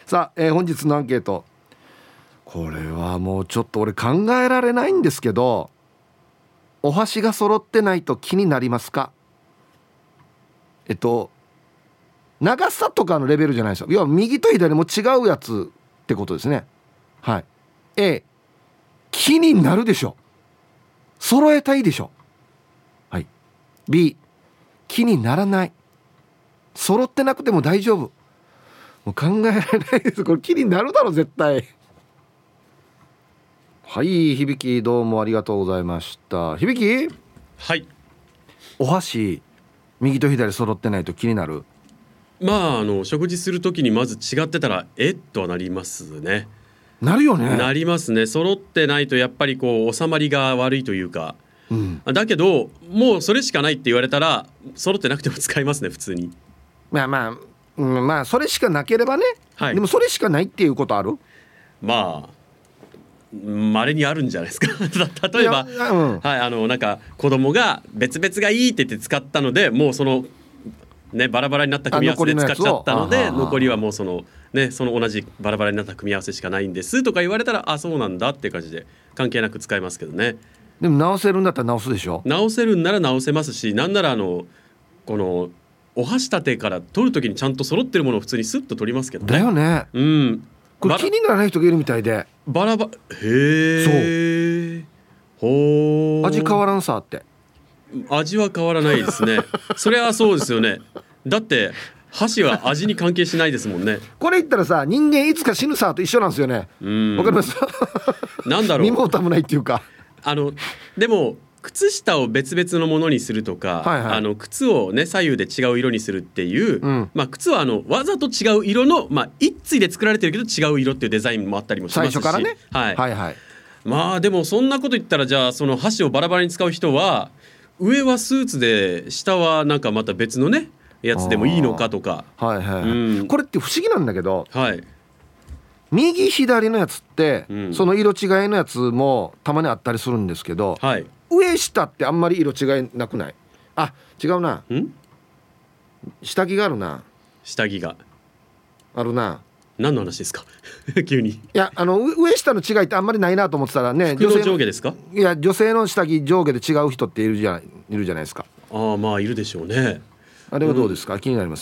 さあ、本日のアンケート、これはもうちょっと俺考えられないんですけど、お箸が揃ってないと気になりますか？長さとかのレベルじゃないですよ。要は右と左も違うやつってことですね。はい。A、気になるでしょ、揃えたいでしょ。はい。 B、気にならない、揃ってなくても大丈夫。もう考えられないです。これ気になるだろ絶対。はい、響きどうもありがとうございました。響き、 はい、 お箸右と左揃ってないと気になる？ まあ食事するときにまず違ってたらとはなりますね。 なるよね。 なりますね。揃ってないとやっぱりこう収まりが悪いというか、 うん、 だけどもうそれしかないって言われたら揃ってなくても使いますね普通に。 まあそれしかなければね、 はい、 でもそれしかないっていうことある？ まあ稀にあるんじゃないですか例えば、はい、なんか子供が別々がいいって言って使ったので、もうそのねバラバラになった組み合わせで使っちゃったので、残りはもうその同じバラバラになった組み合わせしかないんですとか言われたら、あ、そうなんだっていう感じで関係なく使えますけどね。 でも直せるんだったら直すでしょ。 直せるんなら直せますし、なんならこのお箸立てから取るときにちゃんと揃ってるものを普通にスッと取りますけどね。 だよね。 うん。 これ気にならない人がいるみたいで、 バラバへえ。ほー。 味変わらんさって。 味は変わらないですねそれはそうですよね。だって箸は味に関係しないですもんね。 これ言ったらさ、人間いつか死ぬさと一緒なんですよね。わかりますなんだろう、 身も蓋もないっていうか、 でも靴下を別々のものにするとか、はいはい、靴をね左右で違う色にするっていう、靴はわざと違う色の、一対で作られてるけど違う色っていうデザインもあったりもしますし、 最初からね、 はいはいはい、まあでもそんなこと言ったら、じゃあその箸をバラバラに使う人は上はスーツで下はなんかまた別のねやつでもいいのかとか、はいはい、 これって不思議なんだけど、 はい、 右左のやつって、その色違いのやつもたまにあったりするんですけど、はい、上下ってあんまり色違いなくない？あ、違うな、下着があるな。 下着があるな。 何の話ですか急に。いや、上下の違いってあんまりないなと思ってたらね。 服の上下ですか？ いや、女性の下着上下で違う人っているじゃないですか。 ああ、まあいるでしょうね。 あれはどうですか？気になります。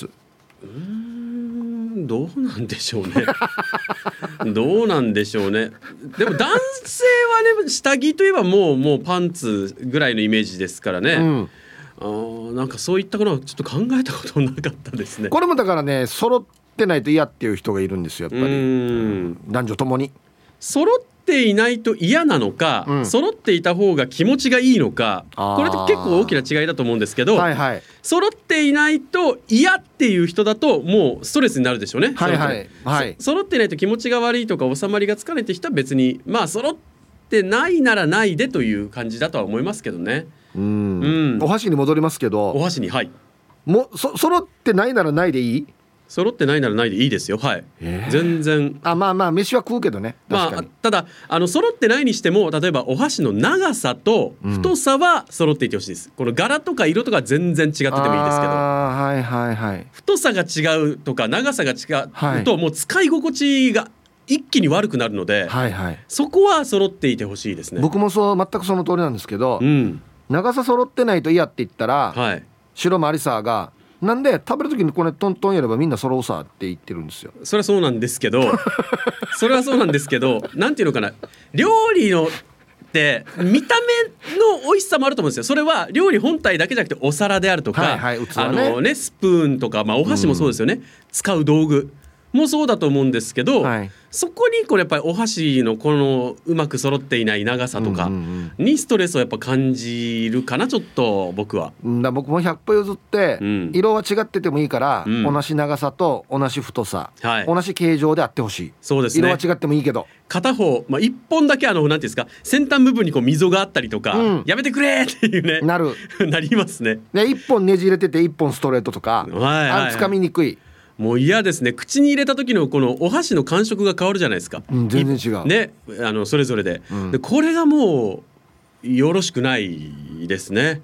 どうなんでしょうねどうなんでしょうね。でも男性はね、下着といえばもうパンツぐらいのイメージですからね、なんかそういったことはちょっと考えたことなかったですね。 これもだからね、揃ってないと嫌っていう人がいるんですよ、やっぱり。男女ともに揃っていないと嫌なのか、揃っていた方が気持ちがいいのか、これって結構大きな違いだと思うんですけど、はいはい、揃っていないと嫌っていう人だともうストレスになるでしょうね。はいはいはい、揃っていないと気持ちが悪いとか収まりがつかないって人は別に揃ってないならないでという感じだとは思いますけどね。 お箸に戻りますけど、 お箸に、はい、 揃ってないならないでいい？ 揃ってないならないでいいですよ。はい、全然。 まあ飯は食うけどね。確かに。 ただ揃ってないにしても、例えばお箸の長さと太さは揃っていてほしいです。この柄とか色とか全然違っててもいいですけど、 はいはいはい、 太さが違うとか長さが違うと、もう使い心地が一気に悪くなるので、はいはい、そこは揃っていてほしいですね。 僕も全くその通りなんですけど、長さ揃ってないと嫌って言ったら、はい、白間有沙がなんで食べる時にこれトントンやればみんな揃うさって言ってるんですよ。 それはそうなんですけどそれはそうなんですけど、なんていうのかな、料理のって見た目の美味しさもあると思うんですよ。それは料理本体だけじゃなくてお皿であるとか、はいはい、器ね、スプーンとか、お箸もそうですよね、使う道具もそうだと思うんですけど、はい、そこにこれやっぱりお箸のこのうまく揃っていない長さとかにストレスをやっぱ感じるかな、ちょっと僕は。 僕も100歩譲って、色は違っててもいいから、同じ長さと同じ太さ、はい、同じ形状であってほしい。そうですね、色は違ってもいいけど片方、一本だけなんていうんですか、先端部分にこう溝があったりとか、やめてくれっていうね、なりますね。 1本ねじれてて1本ストレートとか、つかみにくい。 もう嫌ですね。口に入れた時のこのお箸の感触が変わるじゃないですか、 全然違うね、それぞれで、でこれがもうよろしくないですね。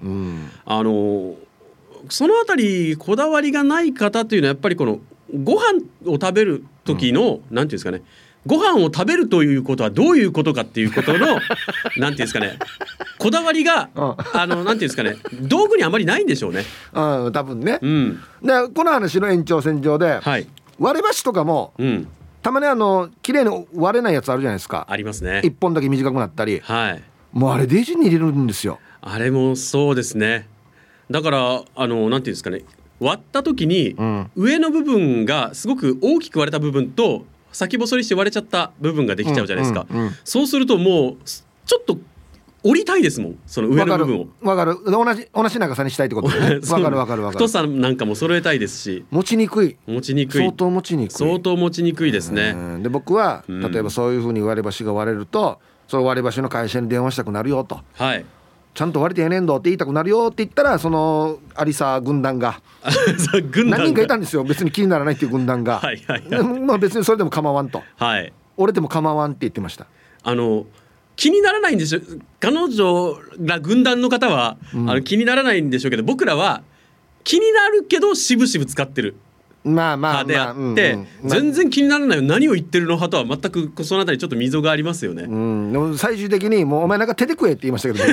そのあたりこだわりがない方というのはやっぱりこのご飯を食べる時の、なんていうんですかね、ご飯を食べるということはどういうことかっていうことのなんていうんですかね、こだわりがなんていうんですかね、道具にあまりないんでしょうね。 多分ね、でこの話の延長線上で、はい、割れ箸とかも、たまに綺麗に割れないやつあるじゃないですか。 ありますね。 一本だけ短くなったり、 はい、 もうあれレジに入れるんですよ。 あれもそうですね。だからなんていうんですかね、割った時に、上の部分がすごく大きく割れた部分と先細りして割れちゃった部分ができちゃうじゃないですか、そうするともうちょっと折りたいですもん、その上の部分を。 わかる、同じ長さにしたいってことね。わかるわかるわかる。 太さなんかも揃えたいですし、 持ちにくい相当持ちにくいですね。 で僕は例えばそういう風に割れ箸が割れると、その割れ箸の会社に電話したくなるよと、はい、ちゃんと割れてえねんどって言いたくなるよって言ったら、そのアリサ軍団が何人かいたんですよ。別に気にならないっていう軍団がはいはい、はい、まあ別にそれでも構わんと、はい、俺でも構わんって言ってました。 気にならないんでしょ、彼女ら軍団の方は、気にならないんでしょうけど、僕らは気になるけど渋々使ってる派であって、全然気にならないよ、何を言ってるの派とは全くそのあたりちょっと溝がありますよね。 でも最終的にもうお前なんか手で食えって言いましたけど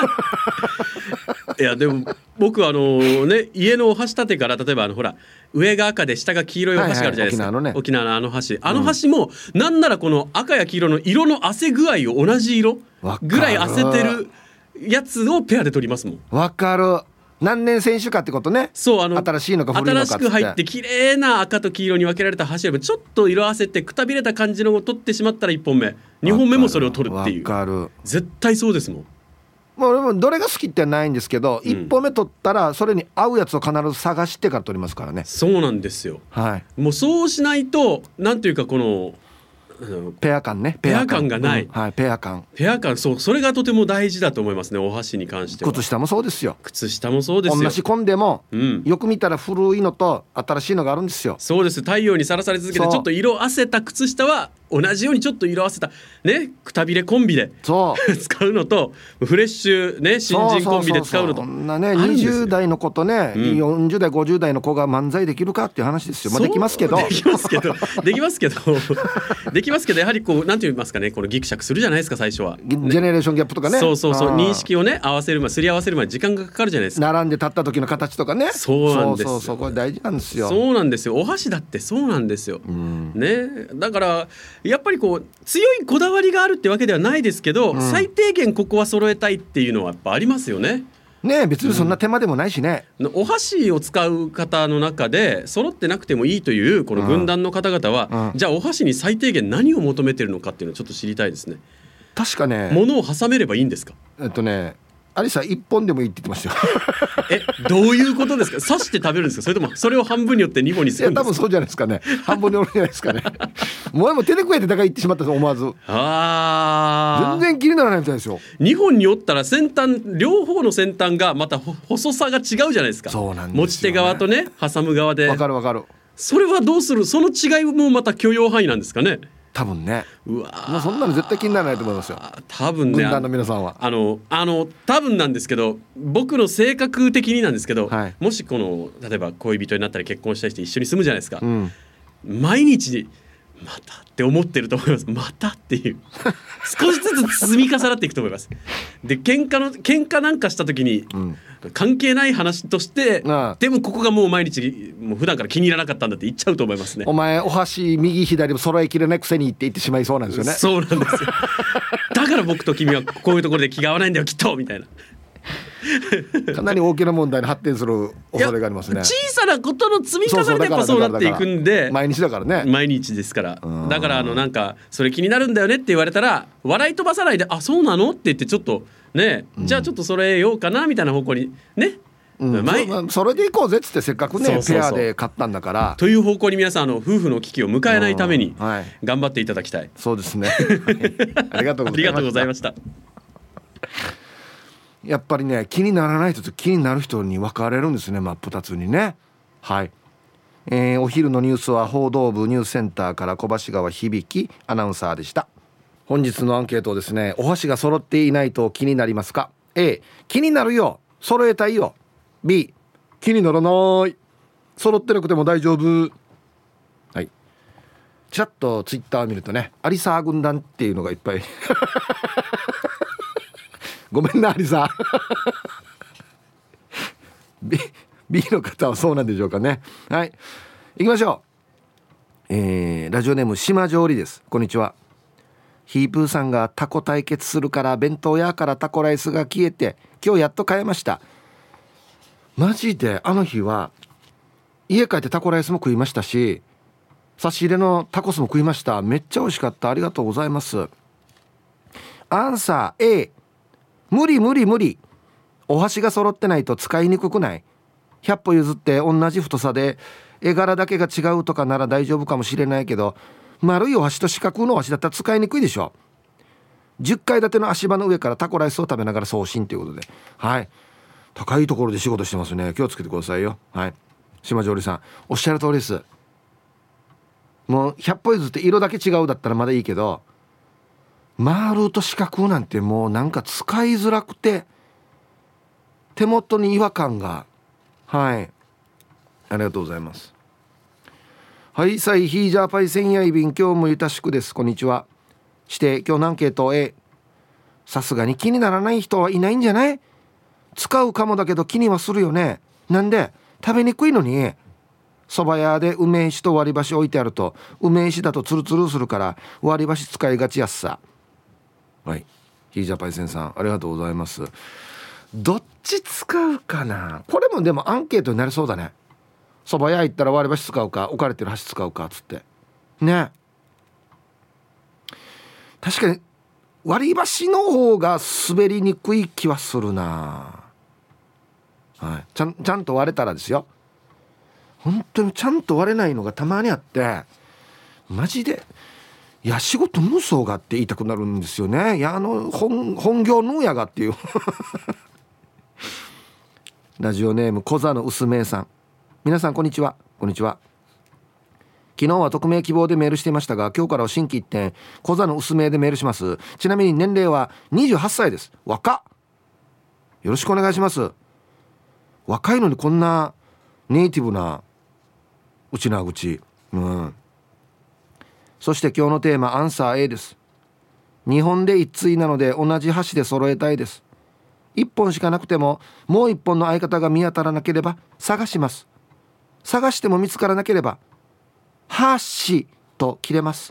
いやでも僕はね、家のお箸立てから例えばほら上が赤で下が黄色いお箸があるじゃないですか、沖縄のあの箸もなんならこの赤や黄色の色の汗具合を同じ色ぐらい汗てるやつをペアで取りますもん。 わかる。何年選手かってことね。 そう、 新しいのか古いのかっつって、 新しく入って綺麗な赤と黄色に分けられた箸よりもちょっと色あせてくたびれた感じのを取ってしまったら1本目2本目もそれを取るっていう。 わかる。 絶対そうですもん。 俺もどれが好きってないんですけど、1本目取ったらそれに合うやつを必ず探してから取りますからね。 そうなんですよ、 はい、 もうそうしないとなんていうかこのペア感ね。 ペア感がない、 はい、ペア感そう、それがとても大事だと思いますね、お箸に関しては。 靴下もそうですよ。 靴下もそうですよ。 同じ紺でも、よく見たら古いのと新しいのがあるんですよ。 そうです。太陽にさらされ続けてちょっと色あせた靴下は同じようにちょっと色あせたね、くたびれコンビでそう使うのとフレッシュね新人コンビで使うのと、 そんなね20代の子とね、40代50代の子が漫才できるかっていう話ですよ。できますけどできますけどやはりこうなんて言いますかね、このギクシャクするじゃないですか最初は、 ジェネレーションギャップとかね。 そう認識をねすり合わせるまで時間がかかるじゃないですか。 並んで立った時の形とかね。 そうなんです。 そうこれ大事なんですよ。 そうなんですよ。お箸だってそうなんですよ、ね。だからやっぱりこう強いこだわりがあるってわけではないですけど、最低限ここは揃えたいっていうのはやっぱありますよね。 ねえ、別にそんな手間でもないしね、 お箸を使う方の中で揃ってなくてもいいというこの軍団の方々は、じゃあお箸に最低限何を求めてるのかっていうのをちょっと知りたいですね。 確かね、 物を挟めればいいんですか。 アリさん1本でもいいって言ってましたよどういうことですか。刺して食べるんですか、それともそれを半分に折って2本にするんですか。 いや多分そうじゃないですかね。半分に折るじゃないですかねもう手で食えてだから言ってしまったと思わず。全然気にならないみたいですよ。 2本に折ったら先端両方の先端がまた細さが違うじゃないですか。 そうなんですよね。 持ち手側とね挟む側で。 わかる。 それはどうする。その違いもまた許容範囲なんですかね。 多分ね。 うわ、 もうそんなの絶対気にならないと思いますよ。 多分ね、 軍団の皆さんは多分なんですけど、僕の性格的になんですけど、 はい、 もしこの例えば恋人になったり結婚したりして一緒に住むじゃないですか、毎日またって思ってると思います。またっていう少しずつ積み重なっていくと思います。で喧嘩なんかした時に、関係ない話として、でもここがもう毎日もう普段から気に入らなかったんだって言っちゃうと思いますね。 お前お箸右左も揃えきれないくせにって言ってしまいそうなんですよね。 そうなんですよだから僕と君はこういうところで気が合わないんだよきっとみたいなかなり大きな問題に発展する恐れがありますね。 小さなことの積み重ねでやっぱそうなっていくんで、 毎日だからね。 毎日ですから。だからなんかそれ気になるんだよねって言われたら笑い飛ばさないで、あそうなのって言ってちょっとね、じゃあちょっとそれようかなみたいな方向にね、 それでいこうぜっつってせっかくねペアで買ったんだからという方向に皆さん夫婦の危機を迎えないために頑張っていただきたい。 そうですねありがとうございました。やっぱりね、気にならない人と気になる人に分かれるんですね、真っ二つにね。はい、お昼のニュースは報道部ニュースセンターから小橋川響アナウンサーでした。本日のアンケートですね。お箸が揃っていないと気になりますか。 A 気になるよ、揃えたいよ。 B 気にならない、揃ってなくても大丈夫。はい、 ちらっとツイッターを見るとね、アリサー軍団っていうのがいっぱいごめんなアリサーB の方はそうなんでしょうかね。はい、行きましょう。ラジオネーム島上里です。こんにちは。ヒープーさんがタコ対決するから弁当屋からタコライスが消えて今日やっと買えました。マジであの日は家帰ってタコライスも食いましたし、差し入れのタコスも食いました。めっちゃ美味しかった。ありがとうございます。アンサー A、 無理無理無理。お箸が揃ってないと使いにくくない？100歩譲って同じ太さで絵柄だけが違うとかなら大丈夫かもしれないけど、丸いお箸と四角のお箸だったら使いにくいでしょ。10階建ての足場の上からタコライスを食べながら送信ということで、はい、高いところで仕事してますね。気をつけてくださいよ。はい、島上里さんおっしゃる通りです。もう100歩譲って色だけ違うだったらまだいいけど、丸と四角なんてもうなんか使いづらくて手元に違和感が。はい、ありがとうございます。はい、サイヒージャーパイセンヤイビン、今日もゆたしくです。こんにちは。して今日のアンケート A、 さすがに気にならない人はいないんじゃない？使うかもだけど気にはするよね。なんで？食べにくいのに。蕎麦屋で梅石と割り箸置いてあると梅石だとツルツルするから割り箸使いがちやすさ。はい、ヒージャーパイセンさんありがとうございます。どっち使うかな。これもでもアンケートになりそうだね。蕎麦屋行ったら割り箸使うか置かれてる箸使うかっつってね。確かに割り箸の方が滑りにくい気はするな。はい、ちゃんと割れたらですよ。本当にちゃんと割れないのがたまにあって、マジでいや仕事無双がって言いたくなるんですよね。いや本業のやがっていうラジオネーム小座の薄めさん、皆さんこんにちは。こんにちは。昨日は匿名希望でメールしていましたが、今日からは心機一転小座の薄めでメールします。ちなみに年齢は28歳です。若っ。よろしくお願いします。若いのにこんなネイティブなうちな口、そして今日のテーマアンサー A です。日本で一対なので同じ箸で揃えたいです。1本しかなくてももう1本の相方が見当たらなければ探します。探しても見つからなければ箸と切れます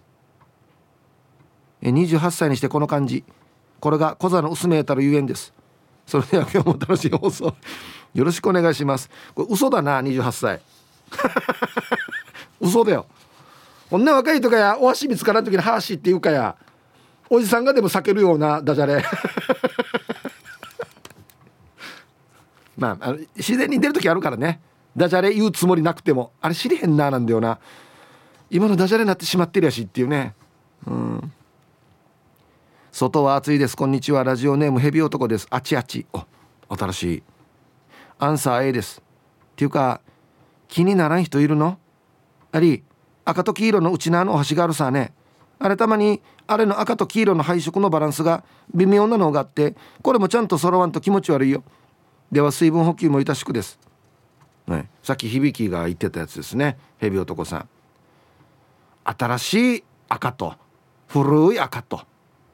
。28歳にしてこの感じ、これが小座の薄めたるゆえんです。それでは今日も楽しい放送よろしくお願いします。これ嘘だな、28歳嘘だよ。こんな若いとかやお箸見つからん時に箸っていうかや、おじさんがでも避けるようなダジャレまあ、自然に出る時あるからね。ダジャレ言うつもりなくてもあれ知りへんななんだよな。今のダジャレになってしまってるやしっていうね。外は暑いです。こんにちは。ラジオネームヘビ男です。あちあち。新しい。アンサー A です。っていうか気にならん人いるの？あり赤と黄色の内側のお箸があるさね。あれたまにあれの赤と黄色の配色のバランスが微妙なのがあって、これもちゃんと揃わんと気持ち悪いよ。では水分補給もいたしくです、ね、さっき響が言ってたやつですね。ヘビ男さん、新しい赤と古い赤と、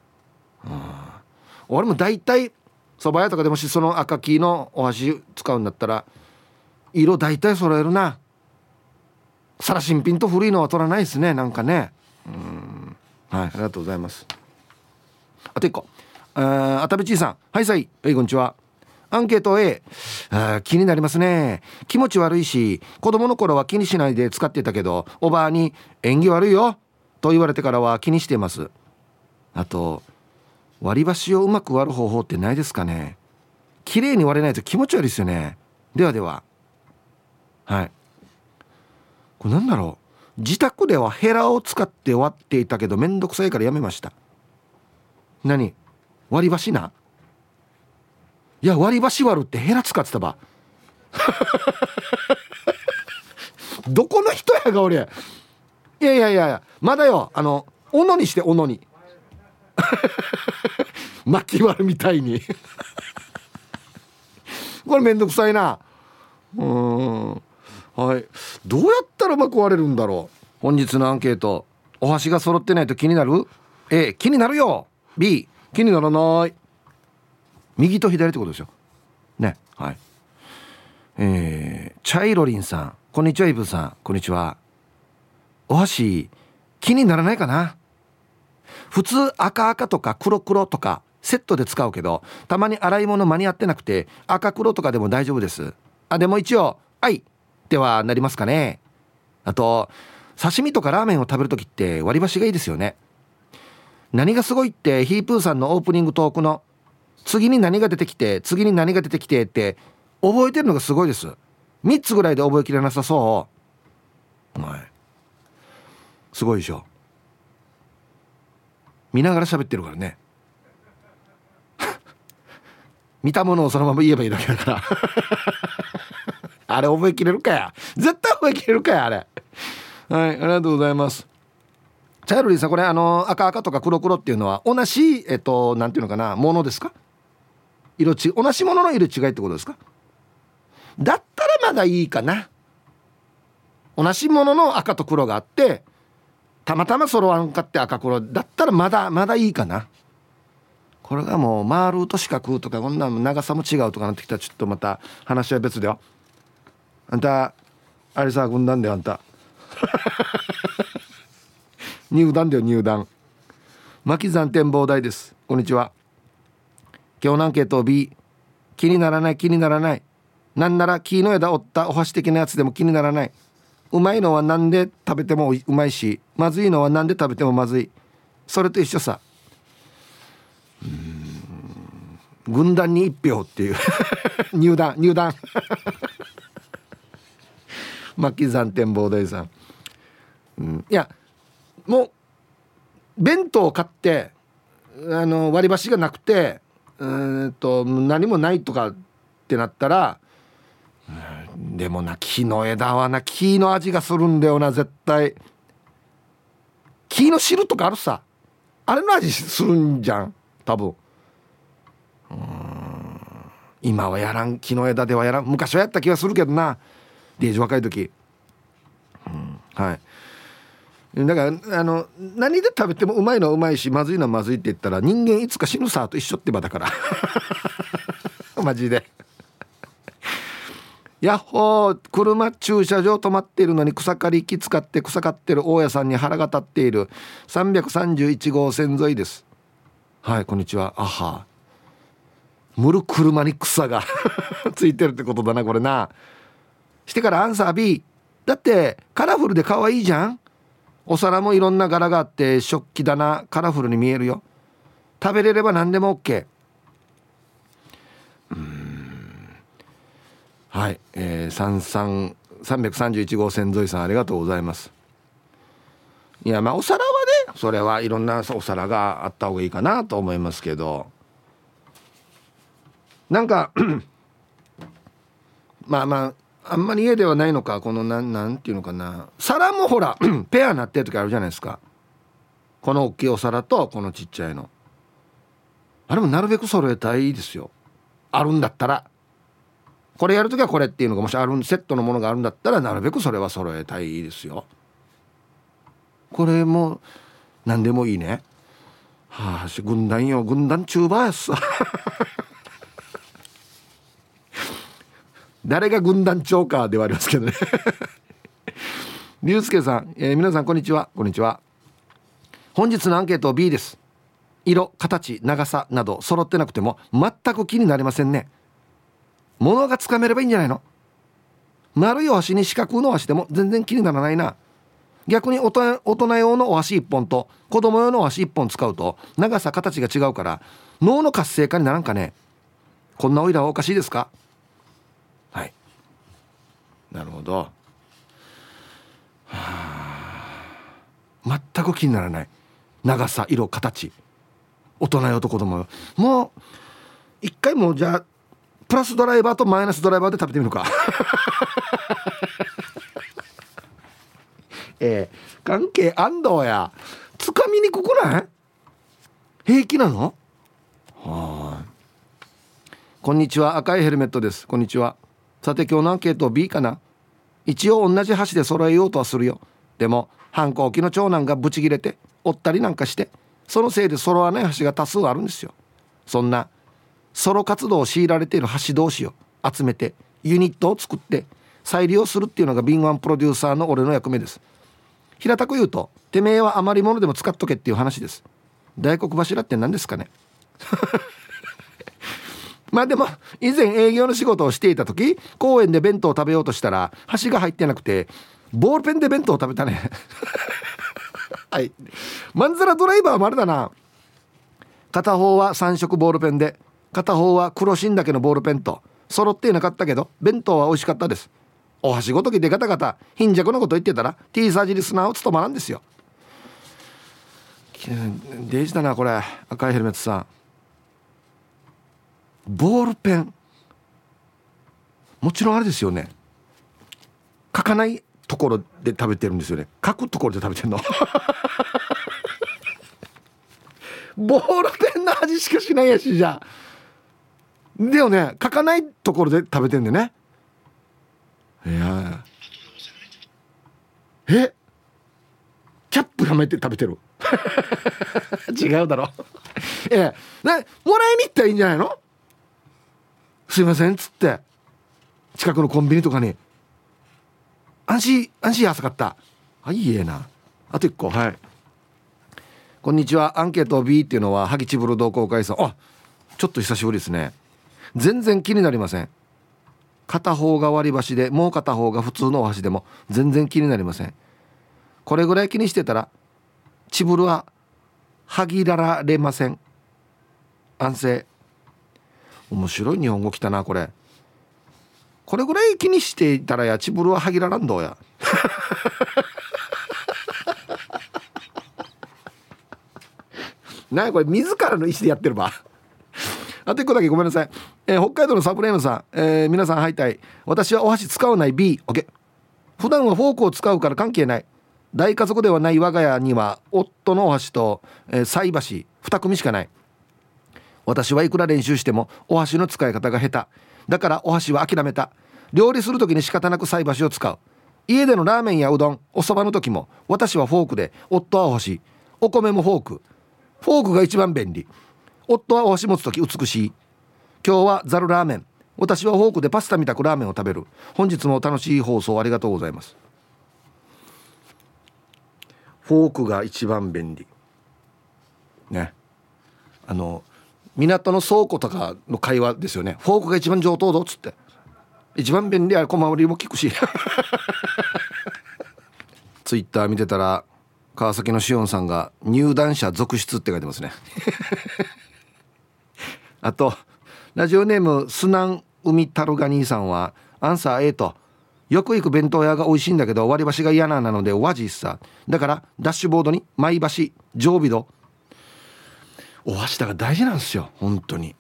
俺もだいたい蕎麦屋とかでもしその赤黄のお箸使うんだったら色だいたい揃えるな。さら新品と古いのは取らないですね、なんかね。はい、ありがとうございます。あと1個、あたべちーさん、はいさい、はい、こんにちは。アンケート A、気になりますね。気持ち悪いし子供の頃は気にしないで使ってたけど、おばあに縁起悪いよと言われてからは気にしています。あと割り箸をうまく割る方法ってないですかね。綺麗に割れないと気持ち悪いですよね。ではでは。はい、これなんだろう。自宅ではヘラを使って割っていたけどめんどくさいからやめました。何？割り箸な。いや割り箸割るってヘラ使ってたばどこの人やが俺。いやまだよ、斧にして斧に巻き割るみたいにこれめんどくさいな。はい、どうやったらうまく割れるんだろう。本日のアンケートお箸が揃ってないと気になる？ A 気になるよ。 B 気にならない。右と左ってことですよね。はい。チャイロリンさん、こんにちは。イブさん、こんにちは。お箸気にならないかな。普通赤赤とか黒黒とかセットで使うけど、たまに洗い物間に合ってなくて赤黒とかでも大丈夫です。でも一応はいではなりますかね。あと刺身とかラーメンを食べるときって割り箸がいいですよね。何がすごいってヒープーさんのオープニングトークの次に何が出てきて次に何が出てきてって覚えてるのがすごいです。3つぐらいで覚えきれなさそう。はい、すごいでしょ。見ながら喋ってるからね見たものをそのまま言えばいいだけだからあれ覚えきれるかや。絶対覚えきれるかやあれ。はい、ありがとうございます。チャイルリーさん、これ赤赤とか黒黒っていうのは同じなんていうのかなものですか？同じものの色違いってことですか？だったらまだいいかな。同じものの赤と黒があってたまたま揃わんかって赤黒だったらまだいいかな。これがもう丸と四角とかこんな長さも違うとかなってきたらちょっとまた話は別だよ。あんたあれさ軍団だよあんた入団だよ入団。牧山展望台です。こんにちは。今日のアンケート B 気にならない気にならない。なんなら木の枝折ったお箸的なやつでも気にならない。うまいのはなんで食べてもうまいしまずいのはなんで食べてもまずい。それと一緒さ。軍団に1票っていう入団牧山展望台さん、いやもう弁当を買って割り箸がなくて何もないとかってなったら、でもな木の枝はな木の味がするんだよな絶対。木の汁とかあるさ、あれの味するんじゃん多分。今はやらん、木の枝ではやらん。昔はやった気がするけどなデージ若い時、はい。だから何で食べてもうまいのはうまいしまずいのはまずいって言ったら人間いつか死ぬさと一緒ってばだからマジでやっほー。車駐車場止まっているのに草刈り機使って草刈ってる大家さんに腹が立っている331号線沿いです。はい、こんにちは。あはむる車に草がついてるってことだなこれな。してからアンサー B だってカラフルで可愛いじゃん。お皿もいろんな柄があって食器棚カラフルに見えるよ。食べれれば何でも OK。 はい、331号線沿いさんありがとうございます。いやまあお皿はねそれはいろんなお皿があった方がいいかなと思いますけど、なんかまああんまり家ではないのか。このなんていうのかな皿もほらペアになってる時あるじゃないですか。この大きいお皿とこのちっちゃいのあれもなるべく揃えたいですよ。あるんだったらこれやるときはこれっていうのがもしあるセットのものがあるんだったらなるべくそれは揃えたいですよ。これも何でもいいね。はあ、軍団よ軍団チューバーやっさ誰が軍団長かではありますけどね龍介さん、皆さんこんにちは。こんにちは。本日のアンケート B です。色形長さなど揃ってなくても全く気になりませんね。物がつかめればいいんじゃないの。丸いお箸に四角のお箸でも全然気にならないな。逆に大人用のお箸1本と子供用のお箸1本使うと長さ形が違うから脳の活性化にならんかね。こんなおいらはおかしいですか。はい、なるほど。はあ、全く気にならない。長さ色形大人用と子供用。もう一回もうじゃあプラスドライバーとマイナスドライバーで食べてみるか関係あんどうや。つかみにくくない？平気なの？はあ。こんにちは、赤いヘルメットです。こんにちは。さて今日のアンケート B かな。一応同じ箸で揃えようとはするよ。でも反抗期の長男がブチギレて折ったりなんかして、そのせいで揃わない橋が多数あるんですよ。そんなソロ活動を強いられている橋同士を集めてユニットを作って再利用するっていうのが敏腕プロデューサーの俺の役目です。平たく言うと、てめえは余り物でも使っとけっていう話です。大黒柱って何ですかね。まあでも以前営業の仕事をしていた時、公園で弁当を食べようとしたら箸が入ってなくてボールペンで弁当を食べたね。はい、まんざらドライバーもあれだな。片方は3色ボールペンで、片方は黒芯だけのボールペンと揃っていなかったけど弁当は美味しかったです。お箸ごときでガタガタ貧弱なこと言ってたら T サージリスナーを務まらんですよ。デジだなこれ。赤いヘルメットさん、ボールペンもちろんあれですよね、書かないところで食べてるんですよね。書くところで食べてるの。ボールペンの味しかしないやし、じゃあだよね、書かないところで食べてんだよね。いやキャップはめて食べてる。違うだろ。もらいに行ったらいいんじゃないの。すいませんっつって近くのコンビニとかに安心安かった。はいいえな。あと1個、はい、こんにちは。アンケート B っていうのはハギチブル同好会さん。あ、ちょっと久しぶりですね。全然気になりません。片方が割り箸でもう片方が普通のお箸でも全然気になりません。これぐらい気にしてたらチブルははぎられません。安静。面白い日本語来たなこれ。これぐらい気にしていたらやチブルははぎららんどうや。なにこれ、自らの意思でやってるば。あと1個だけごめんなさい。北海道のサブレームさん、皆さんはいたい。私はお箸使わない B。 OK。 普段はフォークを使うから関係ない。大家族ではない我が家には夫のお箸と、菜箸2組しかない。私はいくら練習してもお箸の使い方が下手だからお箸は諦めた。料理するときに仕方なく菜箸を使う。家でのラーメンやうどん、おそばの時も私はフォークで夫はお箸。お米もフォークが一番便利。夫はお箸持つとき美しい。今日はザルラーメン、私はフォークでパスタみたくラーメンを食べる。本日も楽しい放送ありがとうございます。フォークが一番便利ね。港の倉庫とかの会話ですよね。フォークが一番上等だっつって、一番便利。あれ小回りも効くし。ツイッター見てたら川崎のしおんさんが入団者続出って書いてますね。あとラジオネームスナン海タルガニーさんはアンサー A と、よく行く弁当屋が美味しいんだけど割り箸が嫌なので和ジさ、だからダッシュボードにマイ箸常備度。お箸だが大事なんですよ本当に。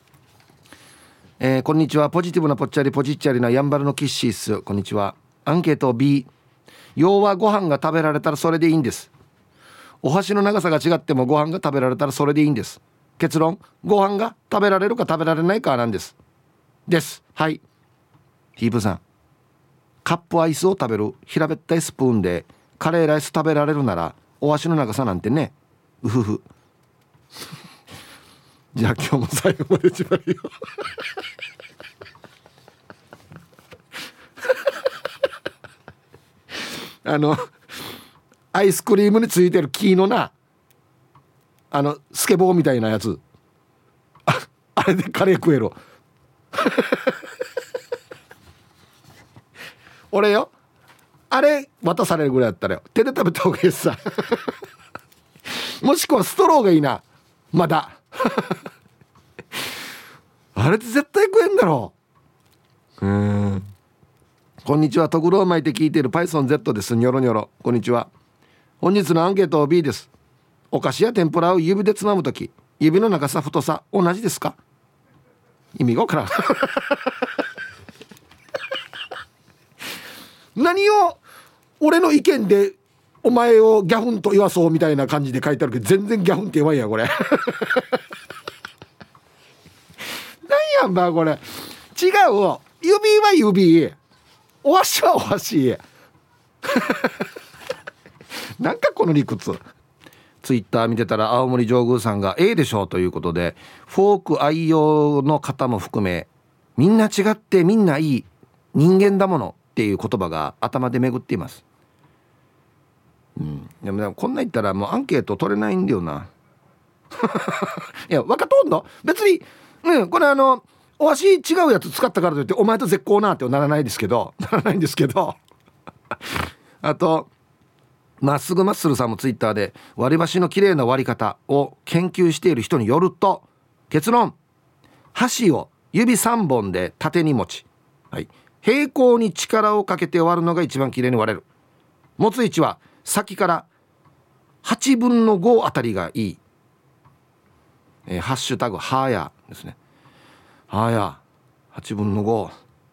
こんにちは。ポジティブなぽっちゃりポジッチャリなやんばるのキッシース。こんにちは。アンケート B。 要はご飯が食べられたらそれでいいんです。お箸の長さが違ってもご飯が食べられたらそれでいいんです。結論、ご飯が食べられるか食べられないかなんですはい。ヒープさん、カップアイスを食べる平べったいスプーンでカレーライス食べられるならお箸の長さなんてね。うふふ。じゃあ今日も最後まで縛るよ。アイスクリームについてる木のなスケボーみたいなやつ、あれでカレー食える。俺よ、あれ渡されるぐらいだったらよ手で食べた方がいいさ。もしくはストローがいいな。まだあれって絶対食えんだろう。こんにちは。トグロを巻いて聞いている PythonZ です。ニョロニョロ。こんにちは。本日のアンケート B です。お菓子や天ぷらを指でつまむとき、指の長さ太さ同じですか？意味がわからん。何を俺の意見でお前をギャフンと言わそうみたいな感じで書いてあるけど、全然ギャフンって言わんやこれ。何やんばこれ。違う。指は指、お箸はお箸。 なんかこの理屈。ツイッター見てたら青森上宮さんが A でしょうということで、フォーク愛用の方も含め、みんな違ってみんないい人間だものっていう言葉が頭で巡っています。でもこんな言ったらもうアンケート取れないんだよな。いや分かっとんの別に、これお箸違うやつ使ったからといってお前と絶好なってはならないんですけどあとまっすぐマッスルさんもツイッターで割り箸の綺麗な割り方を研究している人によると、結論、箸を指3本で縦に持ち、平行に力をかけて割るのが一番綺麗に割れる。持つ位置は先から8分の5あたりがいい。ハッシュタグはーやですね。はーや8分の5。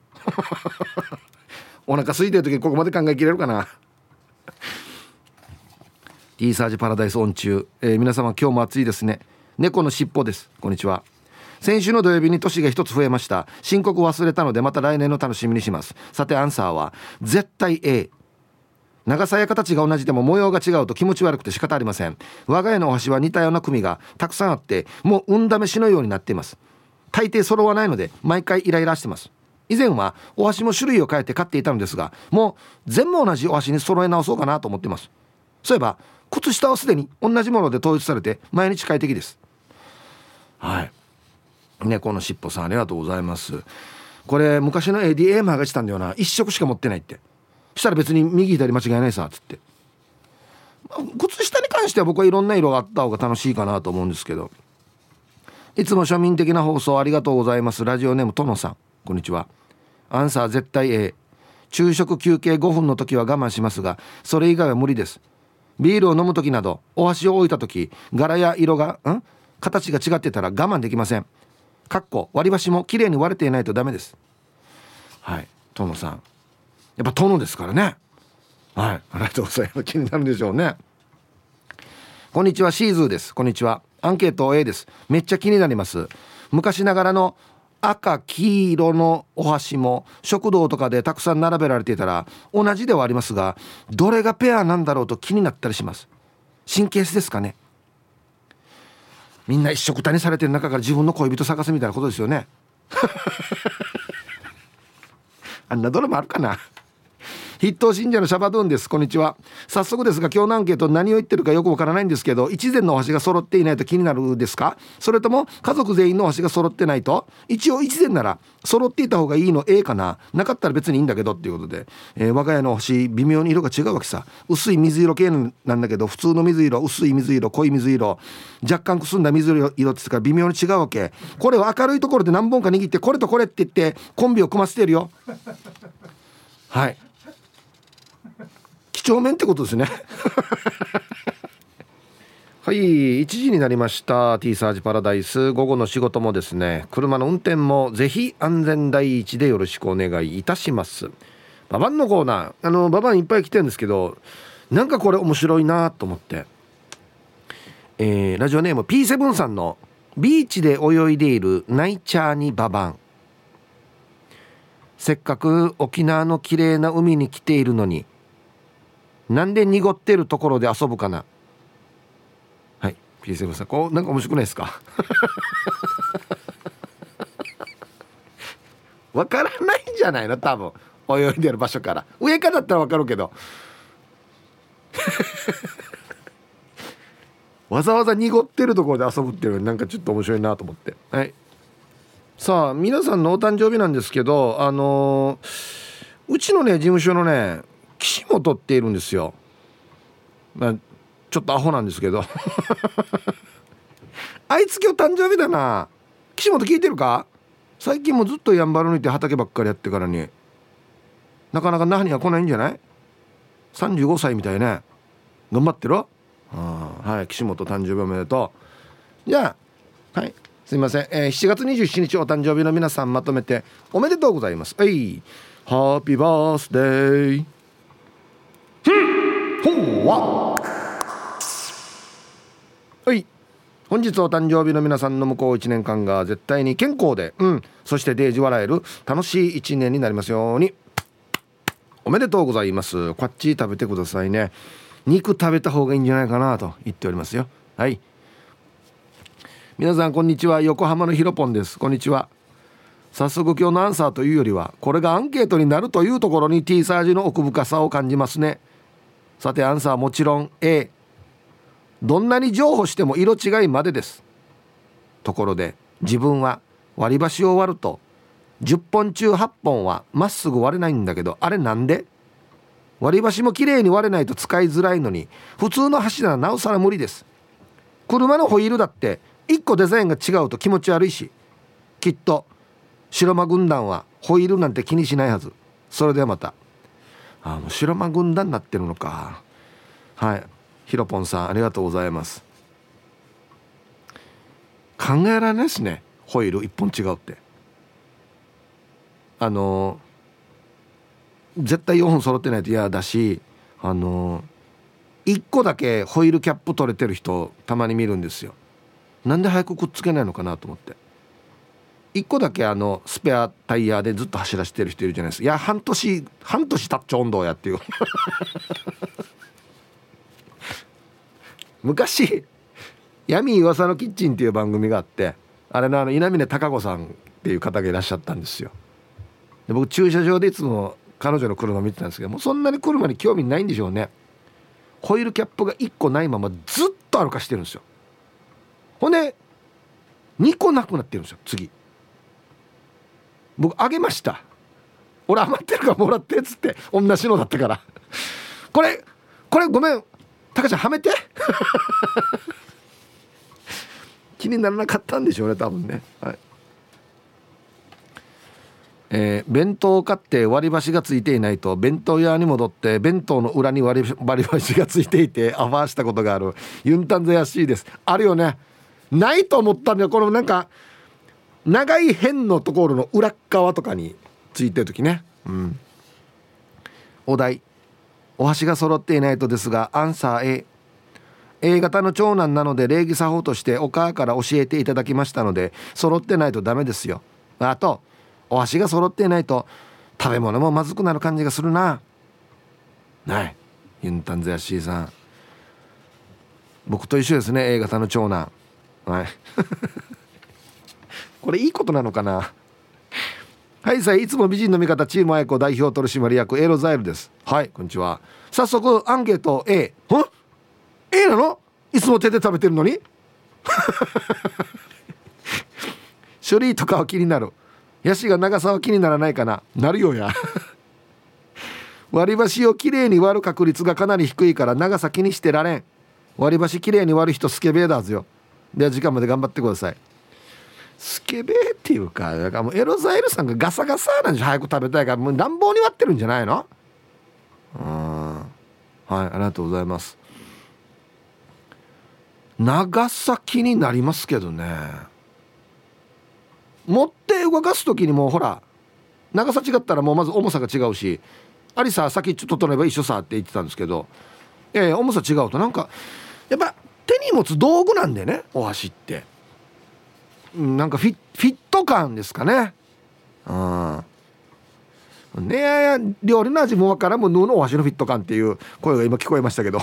お腹空いてる時にここまで考えきれるかな。T サージパラダイスオン中、皆様今日も暑いですね。猫のしっぽです。こんにちは。先週の土曜日に年が一つ増えました。申告忘れたのでまた来年の楽しみにします。さてアンサーは絶対 A。 長さや形が同じでも模様が違うと気持ち悪くて仕方ありません。我が家のお箸は似たような組がたくさんあって、もう運試しのようになっています。大抵揃わないので毎回イライラしてます。以前はお箸も種類を変えて買っていたのですが、もう全部同じお箸に揃え直そうかなと思っています。そういえば靴下はすでに同じもので統一されて毎日快適です。はい、猫のしっぽさんありがとうございます。これ昔の ADA マーが言ってたんだよな。一色しか持ってないって。したら別に右左間違いないさつって。靴下に関しては僕はいろんな色があった方が楽しいかなと思うんですけど、いつも庶民的な放送ありがとうございます。ラジオネームとのさん、こんにちは。アンサー絶対 A。 昼食休憩5分の時は我慢しますが、それ以外は無理です。ビールを飲む時などお箸を置いた時柄や色が形が違ってたら我慢できません。かっこ割り箸もきれいに割れていないとダメです。はい、トノさんやっぱトノですからね。はい、ありがとうございます。気になるんでしょうね。こんにちは、シーズーです。こんにちは。アンケート A です。めっちゃ気になります。昔ながらの赤黄色のお箸も食堂とかでたくさん並べられていたら同じではありますが、どれがペアなんだろうと気になったりします。神経質ですかね。みんな一緒くたにされてる中から自分の恋人探すみたいなことですよね。あんなドラマあるかな。筆頭信者のシャバドゥンです。こんにちは。早速ですが今日のアンケート何を言ってるかよくわからないんですけど、一膳のお箸が揃っていないと気になるですか、それとも家族全員のお箸が揃ってないと。一応一膳なら揃っていた方がいいの A かな。なかったら別にいいんだけどっていうことで、我が家のお箸微妙に色が違うわけさ。薄い水色系なんだけど普通の水色、薄い水色、濃い水色、若干くすんだ水色って言ってから微妙に違うわけ。これを明るいところで何本か握ってこれとこれって言ってコンビを組ませてるよ。はい、几帳面ってことですね。はい、1時になりました。 T サージパラダイス、午後の仕事もですね、車の運転もぜひ安全第一でよろしくお願いいたします。ババンのコーナー、ババンいっぱい来てるんですけど、なんかこれ面白いなと思って、ラジオネーム P7 さんのビーチで泳いでいるナイチャーにババン。せっかく沖縄の綺麗な海に来ているのになんで濁ってるところで遊ぶかな。はい、 P7 さん、こうなんか面白くないですか。わからないんじゃないの、多分泳いでる場所から上からだったらわかるけど。わざわざ濁ってるところで遊ぶっていうのはなんかちょっと面白いなと思って。はい、さあ皆さんのお誕生日なんですけど、うちのね事務所のね岸本っているんですよ。ちょっとアホなんですけど。あいつ今日誕生日だな。岸本聞いてるか。最近もずっとやんばる抜いて畑ばっかりやってからになかなか那覇には来ないんじゃない。35歳みたいね。頑張ってろ。はい、岸本誕生日おめでとう。じゃあはい、すいません、7月27日お誕生日の皆さんまとめておめでとうございます。はい、ハッピーバースデー。ほわ。はい、本日お誕生日の皆さんの向こう1年間が絶対に健康で、そしてデージ笑える楽しい1年になりますように。おめでとうございます。こっち食べてくださいね。 肉食べた方がいいんじゃないかなと言っておりますよ。はい、皆さんこんにちは。横浜のひろぽんです。こんにちは。早速今日のアンサーというよりはこれがアンケートになるというところに T サージの奥深さを感じますね。さてアンサーはもちろん A。 どんなに譲歩しても色違いまでです。ところで自分は割り箸を割ると10本中8本はまっすぐ割れないんだけど、あれなんで？割り箸もきれいに割れないと使いづらいのに普通の箸ならなおさら無理です。車のホイールだって1個デザインが違うと気持ち悪いし、きっと白間軍団はホイールなんて気にしないはず。それではまた。もう白間軍団になってるのか。はい、ひろぽんさんありがとうございます。考えられないですね、ホイール1本違うって。絶対4本揃ってないと嫌だし、1個だけホイールキャップ取れてる人たまに見るんですよ。なんで早くくっつけないのかなと思って。1個だけスペアタイヤでずっと走らせてる人いるじゃないですか。いや半年タッチ温度やっていう昔闇噂のキッチンっていう番組があって、あれの稲峰貴子さんっていう方がいらっしゃったんですよ。で僕駐車場でいつも彼女の車見てたんですけども、そんなに車に興味ないんでしょうね。ホイールキャップが1個ないままずっと歩かしてるんですよ。ほんで2個なくなってるんですよ。次僕あげました。俺余ってるからもらってっつって、同じのだったからこれごめんタカちゃんはめて気にならなかったんでしょうね多分ね。はい、弁当を買って割り箸がついていないと弁当屋に戻って弁当の裏に割り箸がついていてアファーしたことがあるユンタンザヤシーです。あるよね。ないと思ったんだよ。このなんか長い辺のところの裏側とかについてる時ね。お題お箸が揃っていないとですがアンサー A型の長男なので礼儀作法としてお母から教えていただきましたので揃ってないとダメですよ。あとお箸が揃っていないと食べ物もまずくなる感じがするな。はいユンタンザヤシーさん僕と一緒ですね。 A 型の長男。はいこれいいことなのかな。はいさあいつも美人の味方チームあやこ代表取締役エロザイルです。はいこんにちは。早速アンケート A なの？いつも手で食べてるのに書類とかは気になる。ヤシが長さは気にならないかな。なるよや割り箸をきれいに割る確率がかなり低いから長さ気にしてられん。割り箸きれいに割る人スケベだはずよ。では時間まで頑張ってください。スケベっていうか、だからもうエロザイルさんがガサガサなんでしょ。早く食べたいからもう乱暴に割ってるんじゃないの。はいありがとうございます。長さ気になりますけどね。持って動かす時にもうほら長さ違ったらもうまず重さが違うし、ありさ先ちょっと取れば一緒さって言ってたんですけど、重さ違うとなんかやっぱ手に持つ道具なんでね、お箸ってなんかフィット感ですかね。ねえ料理の味もわからんもんのお箸のフィット感っていう声が今聞こえましたけど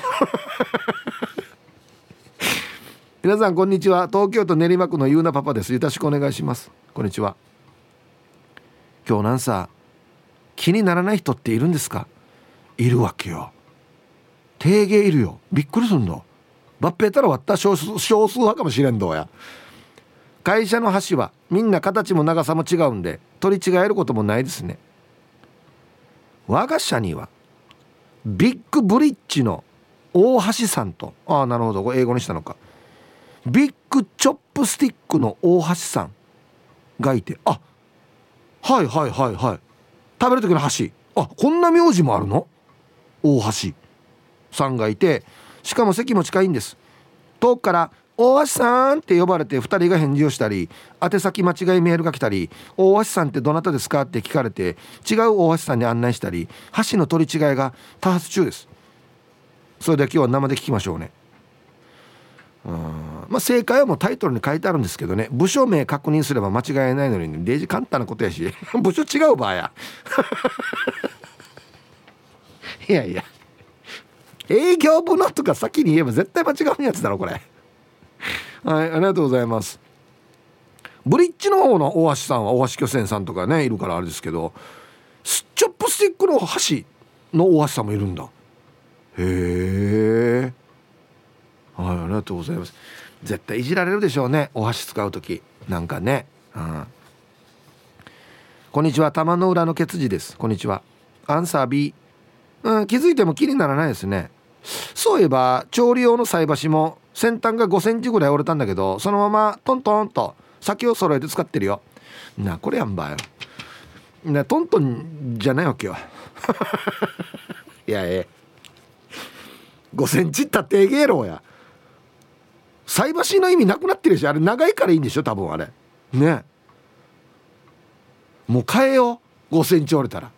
皆さんこんにちは。東京都練馬区のゆうなパパです。よろしくお願いします。こんにちは。今日なんさ気にならない人っているんですか？いるわけよ。定芸いるよ。びっくりすんの。バッペーたら割った少数派かもしれんどうや。会社の箸はみんな形も長さも違うんで取り違えることもないですね。我が社にはビッグブリッジの大橋さんと、なるほどこれ英語にしたのか、ビッグチョップスティックの大橋さんがいて、はい食べる時の箸、こんな名字もあるの。大橋さんがいて、しかも席も近いんです。遠くから大橋さんって呼ばれて2人が返事をしたり、宛先間違いメールが来たり、大橋さんってどなたですかって聞かれて違う大橋さんに案内したり、箸の取り違いが多発中です。それでは今日は生で聞きましょうね。正解はもうタイトルに書いてあるんですけどね、部署名確認すれば間違いないのに、ね、デージ簡単なことやし部署違う場合やいや営業部のとか先に言えば絶対間違うやつだろこれ。はい、ありがとうございます。ブリッジの方の大橋さんは大橋巨泉さんとかねいるからあれですけど、チョップスティックの箸の大橋さんもいるんだ。へえ、はい、ありがとうございます。絶対いじられるでしょうね、お箸使うときなんかね、うん、こんにちは、玉の裏のケツジです。こんにちは。アンサー B、気づいても気にならないですね。そういえば調理用の菜箸も先端が5センチぐらい折れたんだけど、そのままトントンと先を揃えて使ってるよ。なこれやんばよな、トントンじゃないわけよいや5センチったってえげえろや。菜箸の意味なくなってるし、あれ長いからいいんでしょ多分あれね。もう変えよう、5センチ折れたら。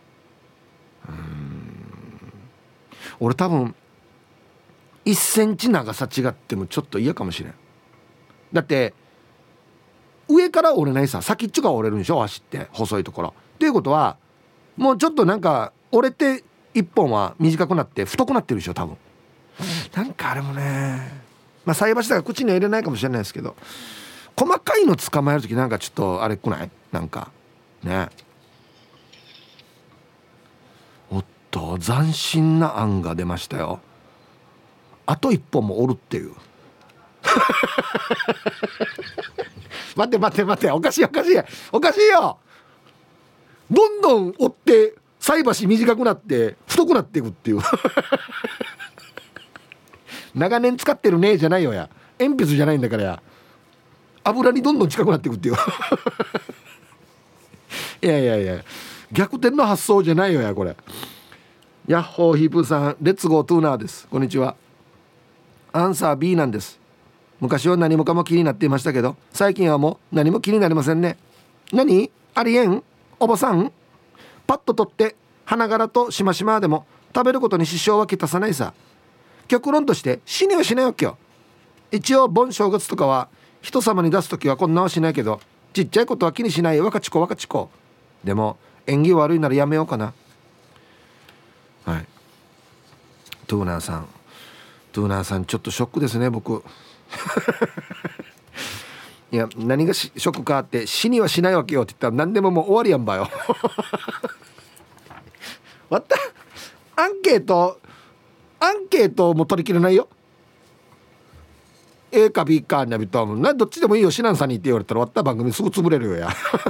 俺多分1センチ長さ違ってもちょっと嫌かもしれん。だって上から折れないさ、先っちょが折れるんでしょ足って細いところっていうことは、もうちょっとなんか折れて1本は短くなって太くなってるでしょ多分。なんかあれもね、まあ菜箸だから口には入れないかもしれないですけど、細かいの捕まえるときなんかちょっとあれくない？なんかね。おっと斬新な案が出ましたよ。あと1本も折るっていう待っておかしいよ。どんどん折って菜箸短くなって太くなっていくっていう長年使ってるねじゃないよや、鉛筆じゃないんだからや、油にどんどん近くなっていくっていういや逆転の発想じゃないよやこれ。ヤッホーヒープーさん、レッツゴートゥーナーです。こんにちは。アンサー B なんです。昔は何もかも気になっていましたけど、最近はもう何も気になりませんね。何ありえんおばさん、パッと取って花柄としましまでも食べることに支障はきたさないさ。極論として死にはしないわけよ。一応盆正月とかは人様に出すときはこんなはしないけど、ちっちゃいことは気にしない若ちこ。でも縁起悪いならやめようかな。はい、トゥーナーさんちょっとショックですね僕いや何がショックかって、死にはしないわけよって言ったら何でももう終わりやんばよわったアンケートも取り切れないよ。 A か B かにゃびとな、どっちでもいいよシナンさんにって言われたらわった番組すぐ潰れるよや